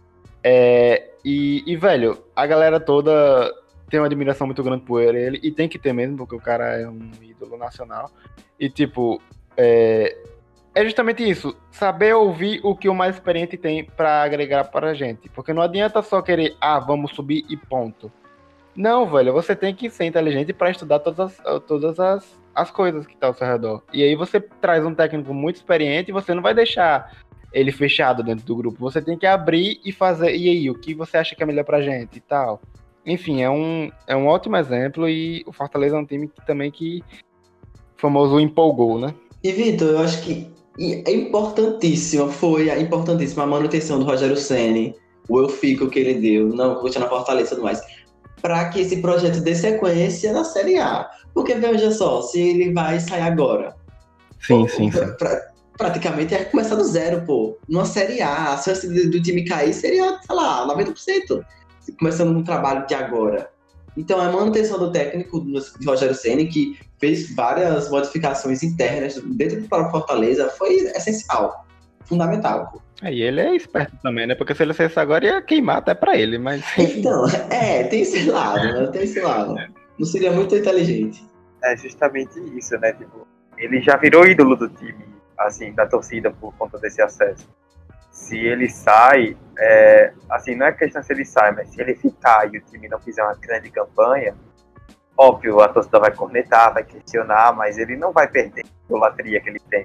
É, e, e, velho, a galera toda tem uma admiração muito grande por ele, e tem que ter mesmo, porque o cara é um ídolo nacional. E, tipo, é, é justamente isso, saber ouvir o que o mais experiente tem pra agregar pra gente. Porque não adianta só querer, ah, vamos subir e ponto. Não, velho, você tem que ser inteligente pra estudar todas as, todas as, as coisas que tá ao seu redor. E aí você traz um técnico muito experiente e você não vai deixar ele fechado dentro do grupo. Você tem que abrir e fazer, e aí, o que você acha que é melhor pra gente e tal. Enfim, é um, é um ótimo exemplo, e o Fortaleza é um time que, também que o famoso empolgou, né? E, Vitor, eu acho que é importantíssima, foi a importantíssima a manutenção do Rogério Ceni, o eu fico que ele deu, não vou na Fortaleza e tudo mais, para que esse projeto dê sequência na Série A. Porque veja só, se ele vai sair agora, Sim, sim, sim. pra- praticamente é começar do zero, pô. Numa Série A, a chance de- do time cair seria, sei lá, noventa por cento. Começando um trabalho de agora. Então, a manutenção do técnico do Rogério Ceni, que fez várias modificações internas dentro do próprio Fortaleza, foi essencial, fundamental. Pô. É, e ele é esperto também, né? Porque se ele saísse agora, ia queimar até pra ele, mas... Então, é, tem esse lado, né? Tem esse lado. Não seria muito inteligente. É justamente isso, né? Tipo, ele já virou ídolo do time, assim, da torcida por conta desse acesso. Se ele sai, é, assim, não é questão se ele sai, mas se ele ficar e o time não fizer uma grande campanha, óbvio, a torcida vai cornetar, vai questionar, mas ele não vai perder a idolatria que ele tem.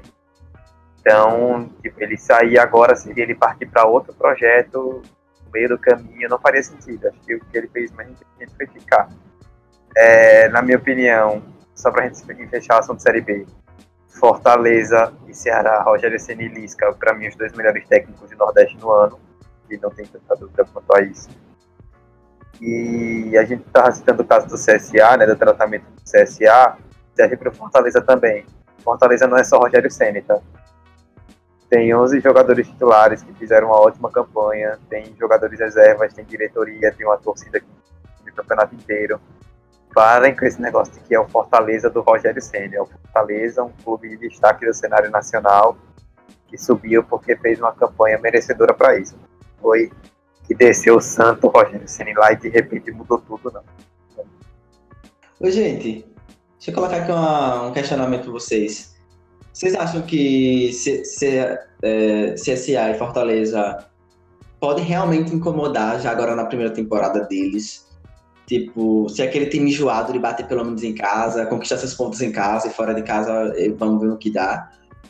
Então, tipo, ele sair agora, seria ele partir para outro projeto no meio do caminho, não faria sentido. Acho que o que ele fez mais inteligente foi ficar. É, na minha opinião, só pra gente fechar o assunto Série B, Fortaleza e Ceará, Rogério Ceni e Lisca, para mim, os dois melhores técnicos do Nordeste no ano, e não tem tanta dúvida quanto a isso. E a gente estava citando o caso do C S A, né, do tratamento do C S A, serve para o Fortaleza também. Fortaleza não é só Rogério Ceni, tá? Tem onze jogadores titulares que fizeram uma ótima campanha, tem jogadores reservas, tem diretoria, tem uma torcida no campeonato inteiro. Parem com esse negócio de que é o Fortaleza do Rogério Ceni. É o Fortaleza, um clube de destaque do cenário nacional, que subiu porque fez uma campanha merecedora para isso. Foi que desceu o santo Rogério Ceni lá e de repente mudou tudo, não. Ô, gente, deixa eu colocar aqui uma, um questionamento para vocês. Vocês acham que C- C- é, C S A e Fortaleza podem realmente incomodar já agora na primeira temporada deles? Tipo, se aquele time enjoado de bater pelo menos em casa, conquistar seus pontos em casa e fora de casa, eh, vamos ver o que dá.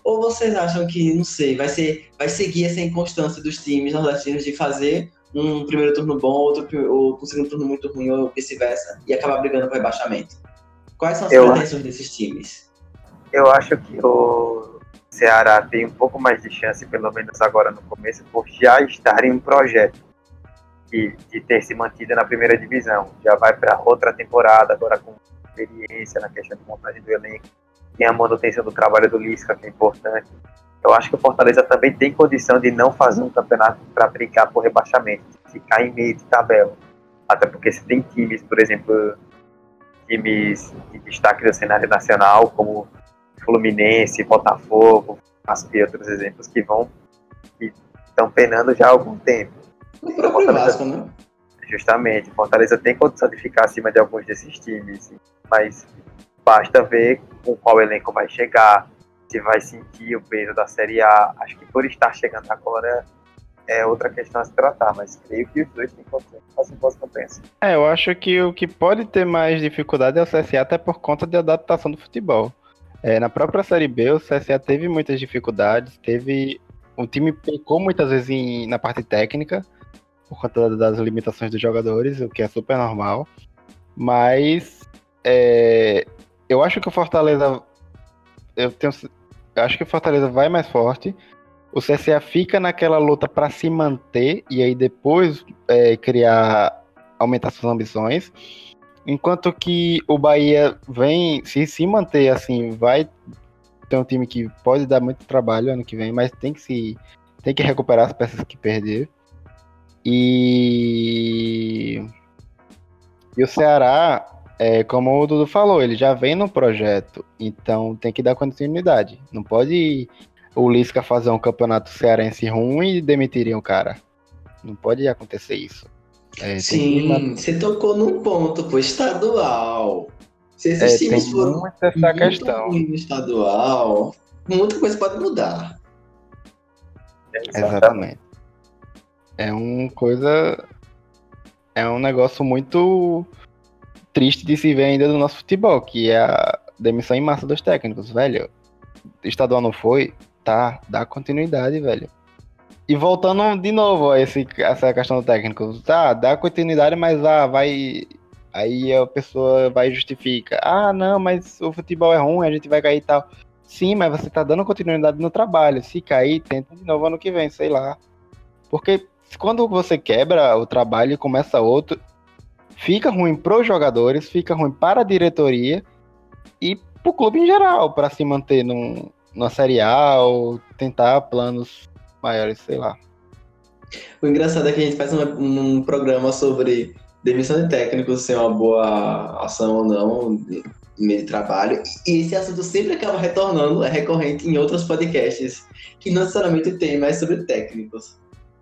Ou vocês acham que, não sei, vai, ser, vai seguir essa inconstância dos times nordestinos de fazer um primeiro turno bom, outro, ou um segundo turno muito ruim, ou vice-versa, e acabar brigando por rebaixamento? Quais são as Eu pretensões desses times? Eu acho que o Ceará tem um pouco mais de chance, pelo menos agora no começo, por já estar em um projeto de, de ter se mantido na primeira divisão. Já vai para outra temporada, agora com experiência na questão de montagem do elenco. Tem a manutenção do trabalho do Lisca, que é importante. Eu acho que o Fortaleza também tem condição de não fazer um campeonato para brigar por rebaixamento, ficar em meio de tabela. Até porque se tem times, por exemplo, times de destaque do cenário nacional, como Fluminense, Botafogo, e outros exemplos que vão que estão penando já há algum tempo. O próprio Vasco, né? Justamente, Fortaleza tem condição de ficar acima de alguns desses times, mas basta ver com qual elenco vai chegar, se vai sentir o peso da Série A. Acho que por estar chegando agora é outra questão a se tratar, mas creio que os dois têm condição de fazer boas campanhas. É, eu acho que o que pode ter mais dificuldade é o C S A, até por conta de adaptação do futebol. É, na própria Série B, o C S A teve muitas dificuldades, teve o time pecou muitas vezes em, na parte técnica, por conta das limitações dos jogadores, o que é super normal, mas é, eu acho que o Fortaleza eu, tenho, eu acho que o Fortaleza vai mais forte, o C S A fica naquela luta para se manter e aí depois é, criar, aumentar suas ambições. Enquanto que o Bahia vem, se se manter assim, vai ter um time que pode dar muito trabalho ano que vem, mas tem que se tem que recuperar as peças que perder. E, e o Ceará, é, como o Dudu falou, ele já vem no projeto, então tem que dar continuidade. Não pode o Lisca fazer um campeonato cearense ruim e demitirem o cara. Não pode acontecer isso. É, Sim, que... você tocou num ponto, pô, estadual. Se esses é, times tem foram muito essa muito questão. ruins no estadual, muita coisa pode mudar. Exatamente. É uma coisa... É um negócio muito triste de se ver ainda no nosso futebol, que é a demissão em massa dos técnicos, velho. O estadual não foi, tá, dá continuidade, velho. E voltando de novo a esse, essa questão do técnico, tá, dá continuidade, mas ah, vai. Aí a pessoa vai e justifica. Ah, não, mas o futebol é ruim, a gente vai cair e tal. Sim, mas você tá dando continuidade no trabalho. Se cair, tenta de novo ano que vem, sei lá. Porque quando você quebra o trabalho e começa outro, fica ruim pros jogadores, fica ruim para a diretoria e pro clube em geral, para se manter num, numa Série A ou tentar planos maiores, sei lá. O engraçado é que a gente faz um, um programa sobre demissão de técnicos, se é uma boa ação ou não, no meio de trabalho. E esse assunto sempre acaba retornando, é recorrente em outros podcasts, que não necessariamente tem mais sobre técnicos.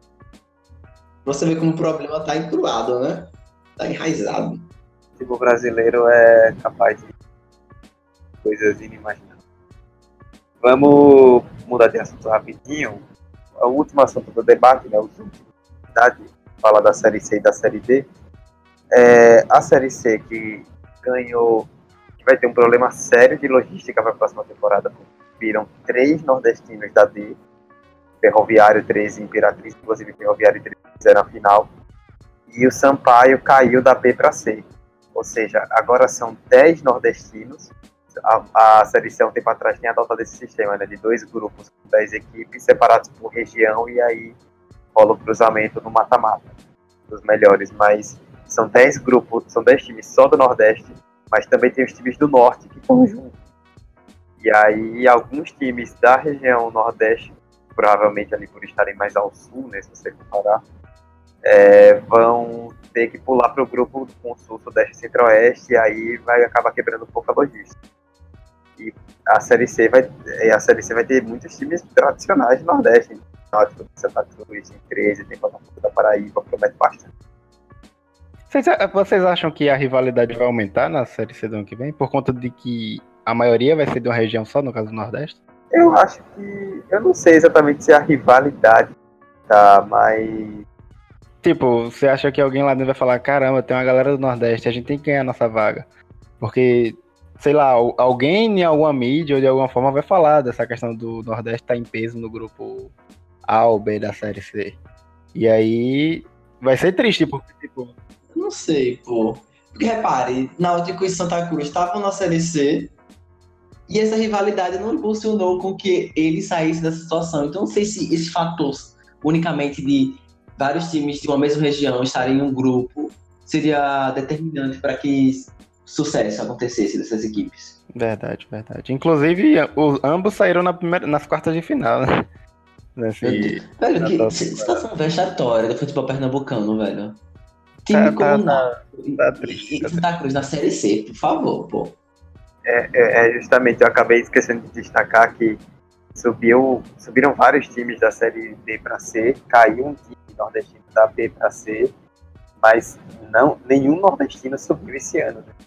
Você vê como o problema tá encruado, né? Tá enraizado. O futebol brasileiro é capaz de coisas inimagináveis. Vamos mudar de assunto rapidinho. O último assunto do debate, né, oportunidade de falar da Série C e da Série D, é a Série C que ganhou, que vai ter um problema sério de logística para a próxima temporada. Viram três nordestinos da D, Ferroviário, treze e Imperatriz, inclusive Ferroviário e treze fizeram a final, e o Sampaio caiu da B para C. Ou seja, agora são dez nordestinos. A, a Série C há um tempo atrás tinha adotado esse sistema, né, de dois grupos com dez equipes separados por região e aí rola o cruzamento no mata-mata dos melhores, mas são dez grupos, são dez times só do Nordeste, mas também tem os times do Norte que estão juntos. E aí alguns times da região Nordeste, provavelmente ali por estarem mais ao sul, né, se você comparar, é, vão ter que pular para o grupo com Sul, Sudeste e Centro-Oeste, e aí vai acabar quebrando um pouco a logística. E a Série C vai, a Série C vai ter muitos times tradicionais do Nordeste. Náutico, Santa Cruz, tem treze, tem Botafogo da Paraíba, promete bastante. Vocês, vocês acham que a rivalidade vai aumentar na Série C do ano que vem? Por conta de que a maioria vai ser de uma região só, no caso do Nordeste? Eu acho que... Eu não sei exatamente se a rivalidade tá, mas... Tipo, você acha que alguém lá dentro vai falar, caramba, tem uma galera do Nordeste, a gente tem que ganhar a nossa vaga. Porque sei lá, alguém em alguma mídia ou de alguma forma vai falar dessa questão do Nordeste estar em peso no grupo A ou B da Série C. E aí vai ser triste, porque, tipo... Não sei, pô. Porque, repare, Náutico e Santa Cruz estavam na Série C e essa rivalidade não impulsionou com que ele saísse dessa situação. Então, não sei se esse fator unicamente de vários times de uma mesma região estarem em um grupo seria determinante para que sucesso acontecesse dessas equipes. Verdade, verdade. Inclusive, os, ambos saíram na primeira, nas quartas de final, né? Nesse, velho, que situação vexatória do futebol pernambucano, velho. Time tá, como tá, Náutico tá triste, e tá Santa Cruz na Série C, por favor, pô. É, é, é justamente, eu acabei esquecendo de destacar que subiu, subiram vários times da Série B para C, caiu um time nordestino da B para C, mas não, nenhum nordestino subiu esse ano. Né?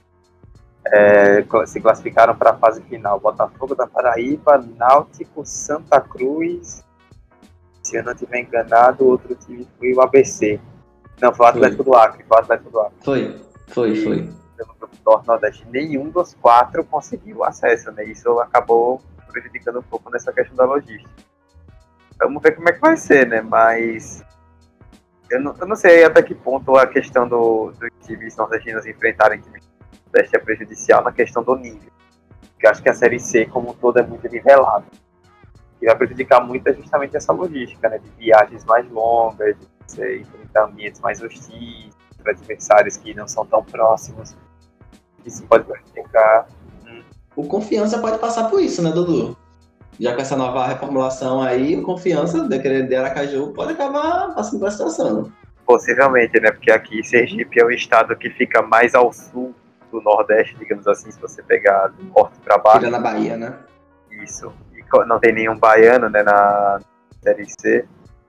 É, se classificaram para a fase final. Botafogo da Paraíba, Náutico, Santa Cruz. Se eu não estiver enganado, o outro time foi o A B C. Não, foi o Atlético foi. do Acre. Foi o Atlético do Acre. Foi, foi, e, foi. Pelo grupo do Nordeste, nenhum dos quatro conseguiu acesso, né? Isso acabou prejudicando um pouco nessa questão da logística. Vamos ver como é que vai ser, né? Mas eu não, eu não sei até que ponto a questão do, dos times nordestinos enfrentarem times do Nordeste é prejudicial na questão do nível. Porque eu acho que a Série C, como um todo, é muito nivelada. E vai prejudicar muito é justamente essa logística, né? De viagens mais longas, de você enfrentar ambientes mais hostis, para adversários que não são tão próximos. Isso pode prejudicar. Hum. O Confiança pode passar por isso, né, Dudu? Já com essa nova reformulação aí, o Confiança de Aracaju pode acabar passando por essa situação. Possivelmente, né? Porque aqui Sergipe é o estado que fica mais ao sul do Nordeste, digamos assim, se você pegar do norte para baixo. Tira na Bahia, né? Isso. E não tem nenhum baiano, né, na Série C.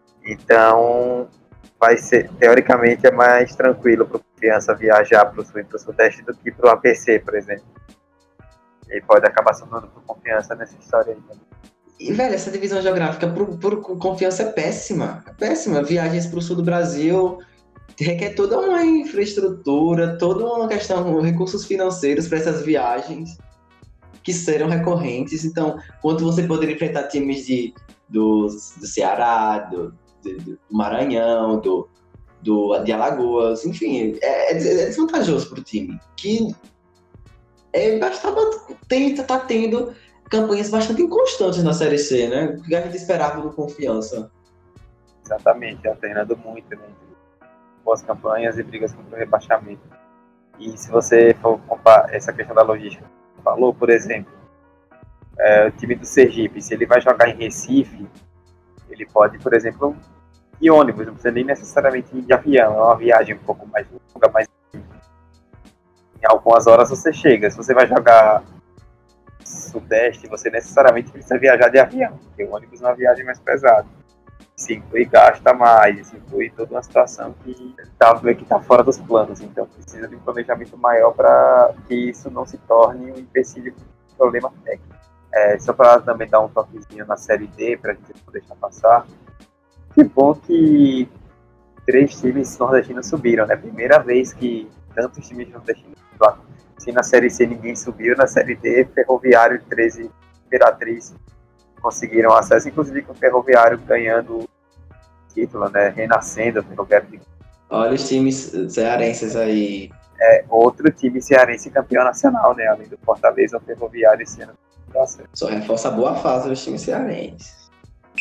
Então, vai ser, teoricamente, é mais tranquilo para o Confiança viajar para o sul e para o sudeste do que para o A B C, por exemplo. E pode acabar somando por Confiança nessa história aí. E, velho, essa divisão geográfica por, por Confiança é péssima. É péssima. Viagens para o sul do Brasil requer toda uma infraestrutura, toda uma questão, recursos financeiros para essas viagens que serão recorrentes. Então, quanto você poderia enfrentar times de, do, do Ceará, do, do, do Maranhão, do, do, de Alagoas, enfim, é, é desvantajoso para o time. Que é, bastava tem, tá tendo campanhas bastante inconstantes na Série C, né? O que a gente esperava do Confiança. Exatamente, alternando muito, né? Boas campanhas e brigas contra o rebaixamento. E se você for comparar essa questão da logística, falou, por exemplo, é, o time do Sergipe, se ele vai jogar em Recife, ele pode, por exemplo, ir de ônibus, não precisa nem necessariamente ir de avião, é uma viagem um pouco mais longa, mas em algumas horas você chega. Se você vai jogar Sudeste, você necessariamente precisa viajar de avião, porque o ônibus é uma viagem mais pesada. Se inclui, gasta mais, se inclui toda uma situação que está que tá fora dos planos. Então, precisa de um planejamento maior para que isso não se torne um empecilho, um problema técnico. É, só para também dar um toquezinho na Série D, para a gente não deixar passar. Que bom que três times nordestinos subiram, né? Primeira vez que tantos times nordestinos subiram. Se na Série C ninguém subiu, na Série D, Ferroviário, treze, Imperatriz conseguiram acesso, inclusive com o Ferroviário ganhando o título, né? Renascendo o Ferroviário. Olha os times cearenses aí. É, outro time cearense campeão nacional, né? Além do Fortaleza, o Ferroviário esse ano. Só reforça a boa fase dos times cearenses.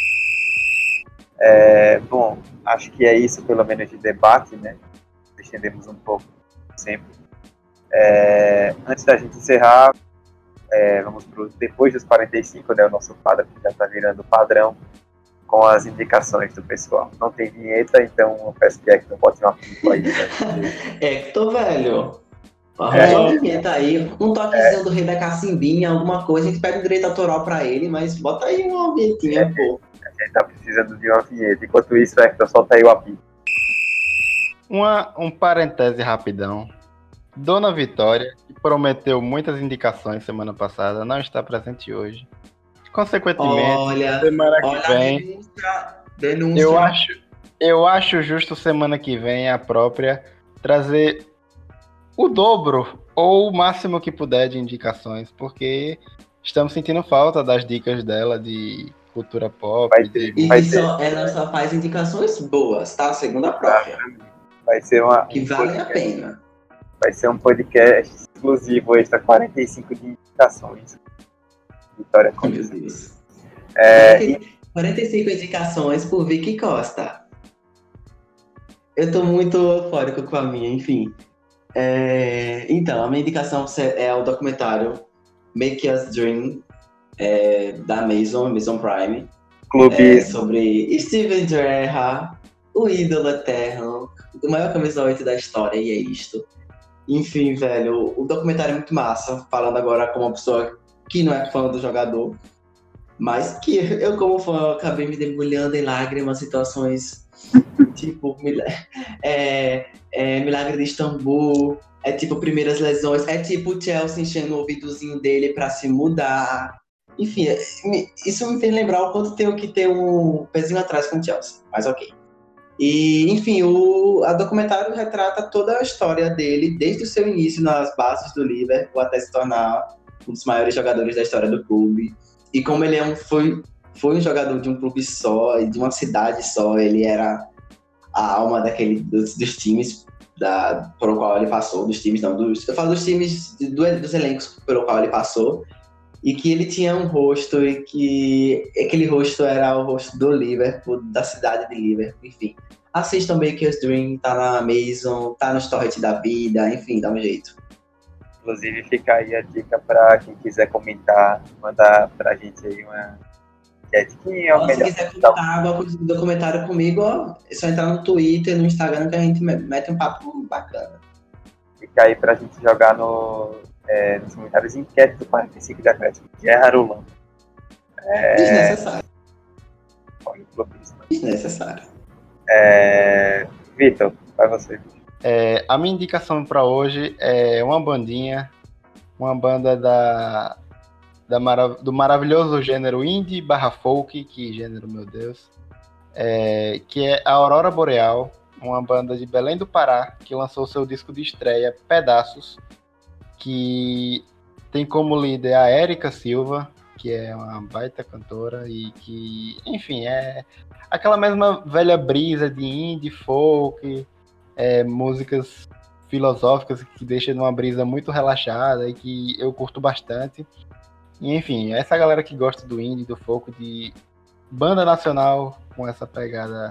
É, bom, acho que é isso, pelo menos, de debate, né? Estendemos um pouco sempre. É, antes da gente encerrar, é, vamos pro depois dos quarenta e cinco, né? O nosso quadro que já está virando padrão com as indicações do pessoal. Não tem vinheta, então eu peço que Hector bote uma pipa aí. Né? Hector, velho. Arranja é. uma vinheta aí, um toquezinho é. do Rei da Cacimbinha, alguma coisa, a gente pega o direito autoral pra ele, mas bota aí uma vinhetinha, é. pô. A gente tá precisando de uma vinheta. Enquanto isso, Hector, solta aí o apito. Uma, um parêntese rapidão. Dona Vitória, que prometeu muitas indicações semana passada, não está presente hoje. Consequentemente, olha, semana que olha vem, denúncia, denúncia. Eu, acho, eu acho justo semana que vem a própria trazer o dobro ou o máximo que puder de indicações, porque estamos sentindo falta das dicas dela de cultura pop. Vai ter, de... E vai que ter, só, ela só faz indicações boas, tá? Segundo a própria. vai ser uma, Que um valem a podcast- pena. vai ser um podcast exclusivo extra quarenta e cinco de indicações. Vitória Meu Costa. Deus. É, e quarenta e cinco indicações por Vicky Costa. Eu tô muito eufórico com a minha, enfim. É, Então, a minha indicação é o documentário Make Us Dream, é, da Amazon, Amazon Prime. clube É sobre Steven Gerrard, o ídolo eterno, o maior camisa oito da história, e é isto. Enfim, velho, o documentário é muito massa, falando agora como uma pessoa que não é fã do jogador, mas que eu, como fã, acabei me debulhando em lágrimas, situações tipo mil- é, é, Milagre de Istambul, é tipo primeiras lesões, é tipo o Chelsea enchendo o ouvidozinho dele pra se mudar. Enfim, é, me- isso me fez lembrar o quanto tenho que ter um pezinho atrás com o Chelsea, mas ok. E, enfim, o a documentário retrata toda a história dele, desde o seu início nas bases do Liverpool até se tornar um dos maiores jogadores da história do clube. E como ele é um, foi, foi um jogador de um clube só, e de uma cidade só, ele era a alma daquele, dos, dos times da, por o qual ele passou, dos times não, dos, eu falo dos times, do, dos elencos pelo qual ele passou, e que ele tinha um rosto, e que aquele rosto era o rosto do Liverpool, da cidade de Liverpool, enfim. Assistam Maker's Dream, tá na Amazon, tá nos torrents da vida, enfim, dá um jeito. Inclusive, fica aí a dica para quem quiser comentar, mandar pra gente aí uma enquete. Quem é o Ó, se melhor? quiser comentar alguma coisa do documentário comigo, ó, é só entrar no Twitter, no Instagram, que a gente mete um papo bacana. Fica aí pra gente jogar no, é, nos comentários enquete do quarenta e cinco de Atlético. Gerard Ulan. Desnecessário, Olha o clubismo. desnecessário. É, Vitor, vai você. É, a minha indicação para hoje é uma bandinha, uma banda da, da mara- do maravilhoso gênero indie barra folk, que gênero, meu Deus, é, que é a Aurora Boreal, uma banda de Belém do Pará, que lançou seu disco de estreia, Pedaços, que tem como líder a Érica Silva, que é uma baita cantora e que, enfim, é aquela mesma velha brisa de indie, folk, é, músicas filosóficas que deixam uma brisa muito relaxada e que eu curto bastante. E, enfim, essa galera que gosta do indie, do folk, de banda nacional com essa pegada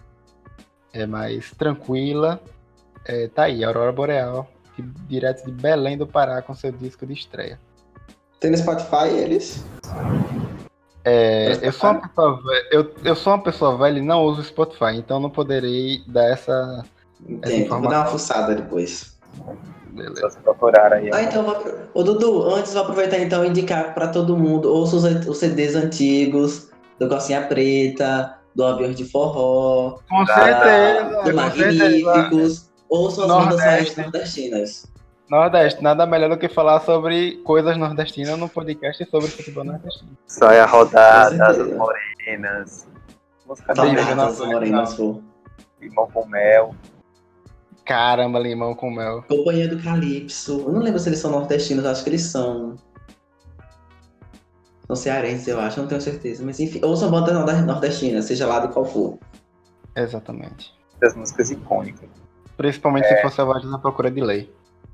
é mais tranquila, é, tá aí, Aurora Boreal, de- direto de Belém do Pará com seu disco de estreia. Tem no Spotify eles? É, eu, sou uma pessoa, ve- eu, eu sou uma pessoa velha e não uso Spotify, então não poderei dar essa. Entendo, vou dar uma fuçada depois. Beleza. Só se procurar aí. Ah, então, vou apro- ô Dudu, antes vou aproveitar então e indicar pra todo mundo, ouça os, an- os C Ds antigos, do Calcinha Preta, do Avião de Forró, Com da- certeza, do com Magníficos, ouçam as bandas Nordeste. raiz nordestinas. Nordeste, nada melhor do que falar sobre coisas nordestinas no podcast sobre futebol nordestino. Só é a rodada, Com as certeza. morenas, música Bem-vindo também, na Salgadas, morenas, pô. limão com mel. Caramba, limão com mel. Companhia do Calypso. Eu não lembro se eles são nordestinos, acho que eles são. São cearenses, eu acho, não tenho certeza. Mas enfim, ouçam bandas nord- nordestinas, seja lá de qual for. Exatamente. Das músicas icônicas. Principalmente se fosse a voz na procura de lei.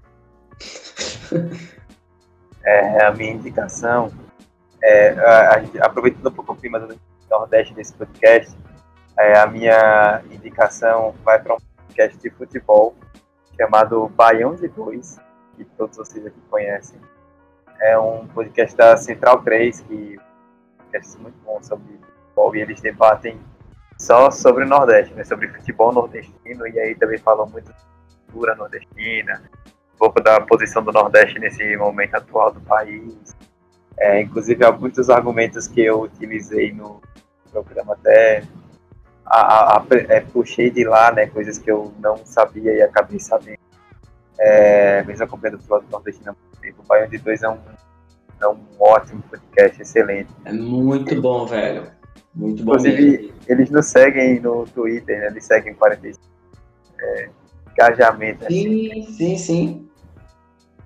É, a minha indicação, é, a- a- aproveitando um pouco o clima do Nordeste desse podcast, é, a minha indicação vai para um podcast de futebol chamado Baião de Dois, que todos vocês aqui conhecem. É um podcast da Central três, que é um podcast muito bom sobre futebol, e eles debatem só sobre o Nordeste, né, sobre futebol nordestino, e aí também falam muito da cultura nordestina, um pouco da posição do Nordeste nesse momento atual do país. É, inclusive, há muitos argumentos que eu utilizei no programa, até a, a, a, é, puxei de lá, né, coisas que eu não sabia e acabei sabendo. É, mesmo acompanhando o futebol nordestino há muito tempo. O Baião de Dois é um, é um ótimo podcast, excelente. É muito bom, velho. Muito bom mesmo. Inclusive, eles nos seguem no Twitter, né, eles seguem quarenta e cinco. É, engajamento. Assim. Sim, sim, sim.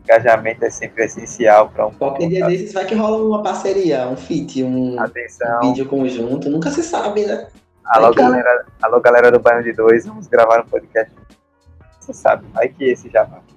engajamento é sempre essencial para um Qualquer dia desses vai que rola uma parceria, um feat, um, Atenção. um vídeo conjunto, nunca se sabe, né? Alô, Vai que- galera, alô, galera do Baião de Dois, vamos gravar um podcast. Você sabe, vai que esse já vai.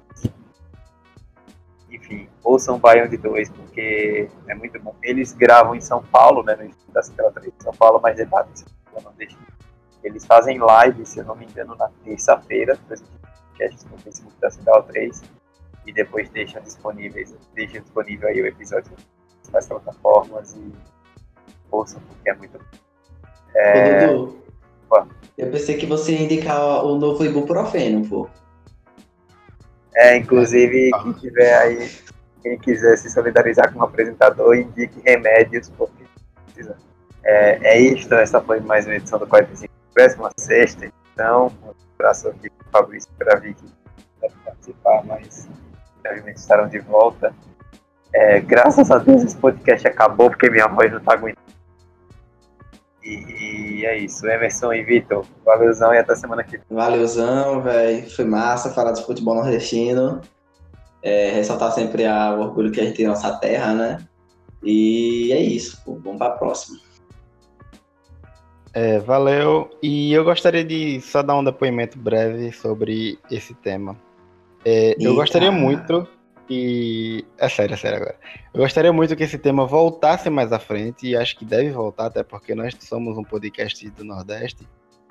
Enfim, ouçam o Baião de Dois, porque é muito bom. Eles gravam em São Paulo, né, no estúdio da Central três de São Paulo, mas debatem esse nordestino. Eles fazem live, se eu não me engano, na terça-feira, podcast no Facebook da Central três, e depois deixam disponíveis, deixam disponível aí o episódio nas plataformas e ouçam, porque é muito bom. É... Ô, Dudu, Opa. eu pensei que você ia indicar o novo ibuprofeno, pô. É, inclusive, quem tiver aí, quem quiser se solidarizar com o apresentador, indique remédios, porque precisa. É, é isto, essa foi mais uma edição do quarenta e cinco, próxima sexta, então, um abraço aqui para o Fabrício e para a Vicky, que deve participar, mas brevemente estarão de volta. É, graças a Deus esse podcast acabou, porque minha voz não está aguentando. E, e é isso, Emerson e Vitor, valeuzão e até semana que vem. Valeuzão, velho. Foi massa falar de futebol nordestino. É, ressaltar sempre a, o orgulho que a gente tem na nossa terra, né? E é isso, pô. Vamos pra próxima. É, valeu. E eu gostaria de só dar um depoimento breve sobre esse tema. É, eu Eita. gostaria muito que... É sério, é sério agora. Eu gostaria muito que esse tema voltasse mais à frente, e acho que deve voltar, até porque nós somos um podcast do Nordeste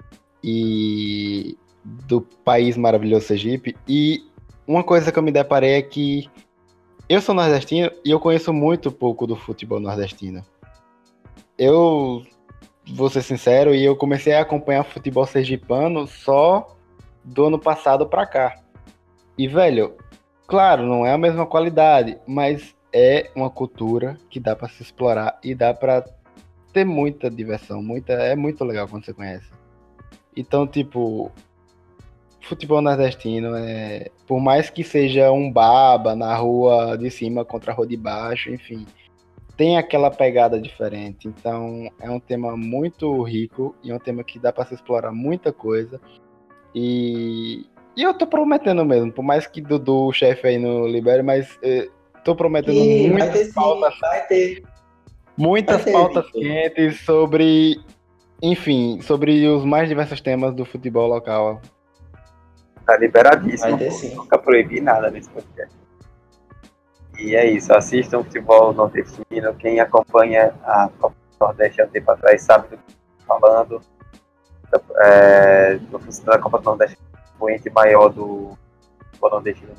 e do país maravilhoso Sergipe. E uma coisa que eu me deparei é que eu sou nordestino e eu conheço muito pouco do futebol nordestino. Eu vou ser sincero, e eu comecei a acompanhar futebol sergipano só do ano passado pra cá. E, velho, claro, não é a mesma qualidade, mas é uma cultura que dá pra se explorar e dá pra ter muita diversão, muita, é muito legal quando você conhece. Então, tipo, futebol nordestino é, por mais que seja um baba na rua de cima contra a rua de baixo, enfim, tem aquela pegada diferente. Então, é um tema muito rico e é um tema que dá pra se explorar muita coisa. E, e eu tô prometendo mesmo, por mais que Dudu, o chefe aí, não libere, mas eh, tô prometendo E vai muitas ter sim, pautas, vai ter. muitas vai ter, pautas Vitor. quentes sobre, enfim, sobre os mais diversos temas do futebol local. Tá liberadíssimo, Vai ter pô. sim. Nunca proibi nada nesse podcast. E é isso, assistam o futebol nordestino. Quem acompanha a Copa do Nordeste há um tempo atrás sabe do que eu estou falando. É, do funcionário da Copa do Nordeste, o ente maior do futebol nordestino.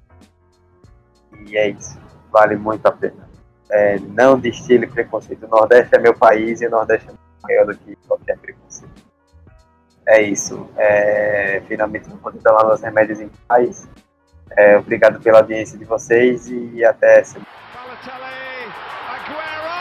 E é isso, vale muito a pena. É, não destile preconceito. O Nordeste é meu país e o Nordeste é maior do que qualquer preconceito. É isso. É, finalmente vou poder dar lá nos remédios em paz. É, obrigado pela audiência de vocês e até semana. Balotelli, Aguero!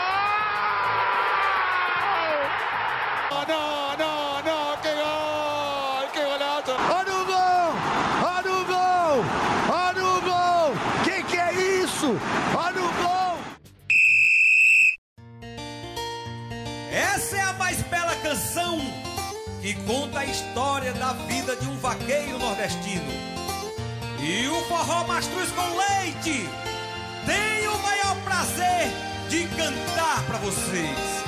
No, no, no, que gol, que golazo. Olha o gol! Olha o gol! Olha o gol! Que que é isso? Olha o gol! Essa é a mais bela canção que conta a história da vida de um vaqueiro nordestino. E o forró Mastruz com Leite tem o maior prazer de cantar pra vocês.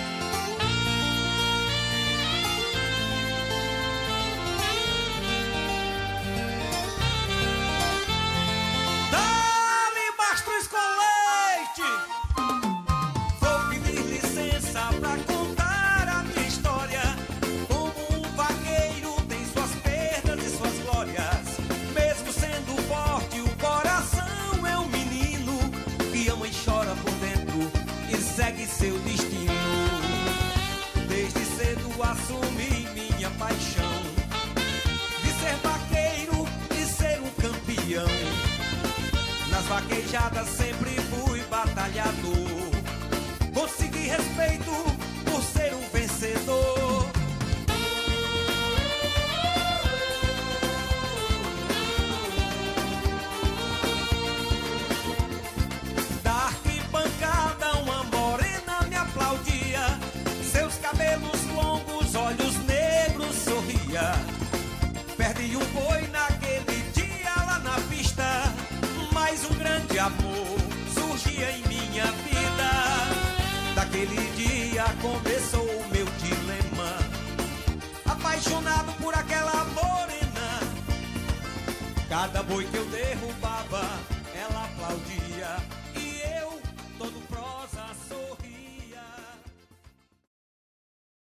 Dá-me Mastruz com Leite. Vou pedir licença pra contar a minha história. Como um vaqueiro tem suas perdas e suas glórias. Mesmo sendo forte, o coração é um menino que ama e chora por dentro e segue seu destino. Desde cedo assumi minha paixão de ser vaqueiro e ser um campeão. Nas vaquejadas sempre fui batalhador. Consegui respeito por ser um vencedor. Da arquibancada uma morena me aplaudia. Seus cabelos longos, olhos negros sorria. Perdi um boi naquele dia lá na pista, mas um grande Naquele dia começou o meu dilema, apaixonado por aquela morena. Cada boi que eu derrubava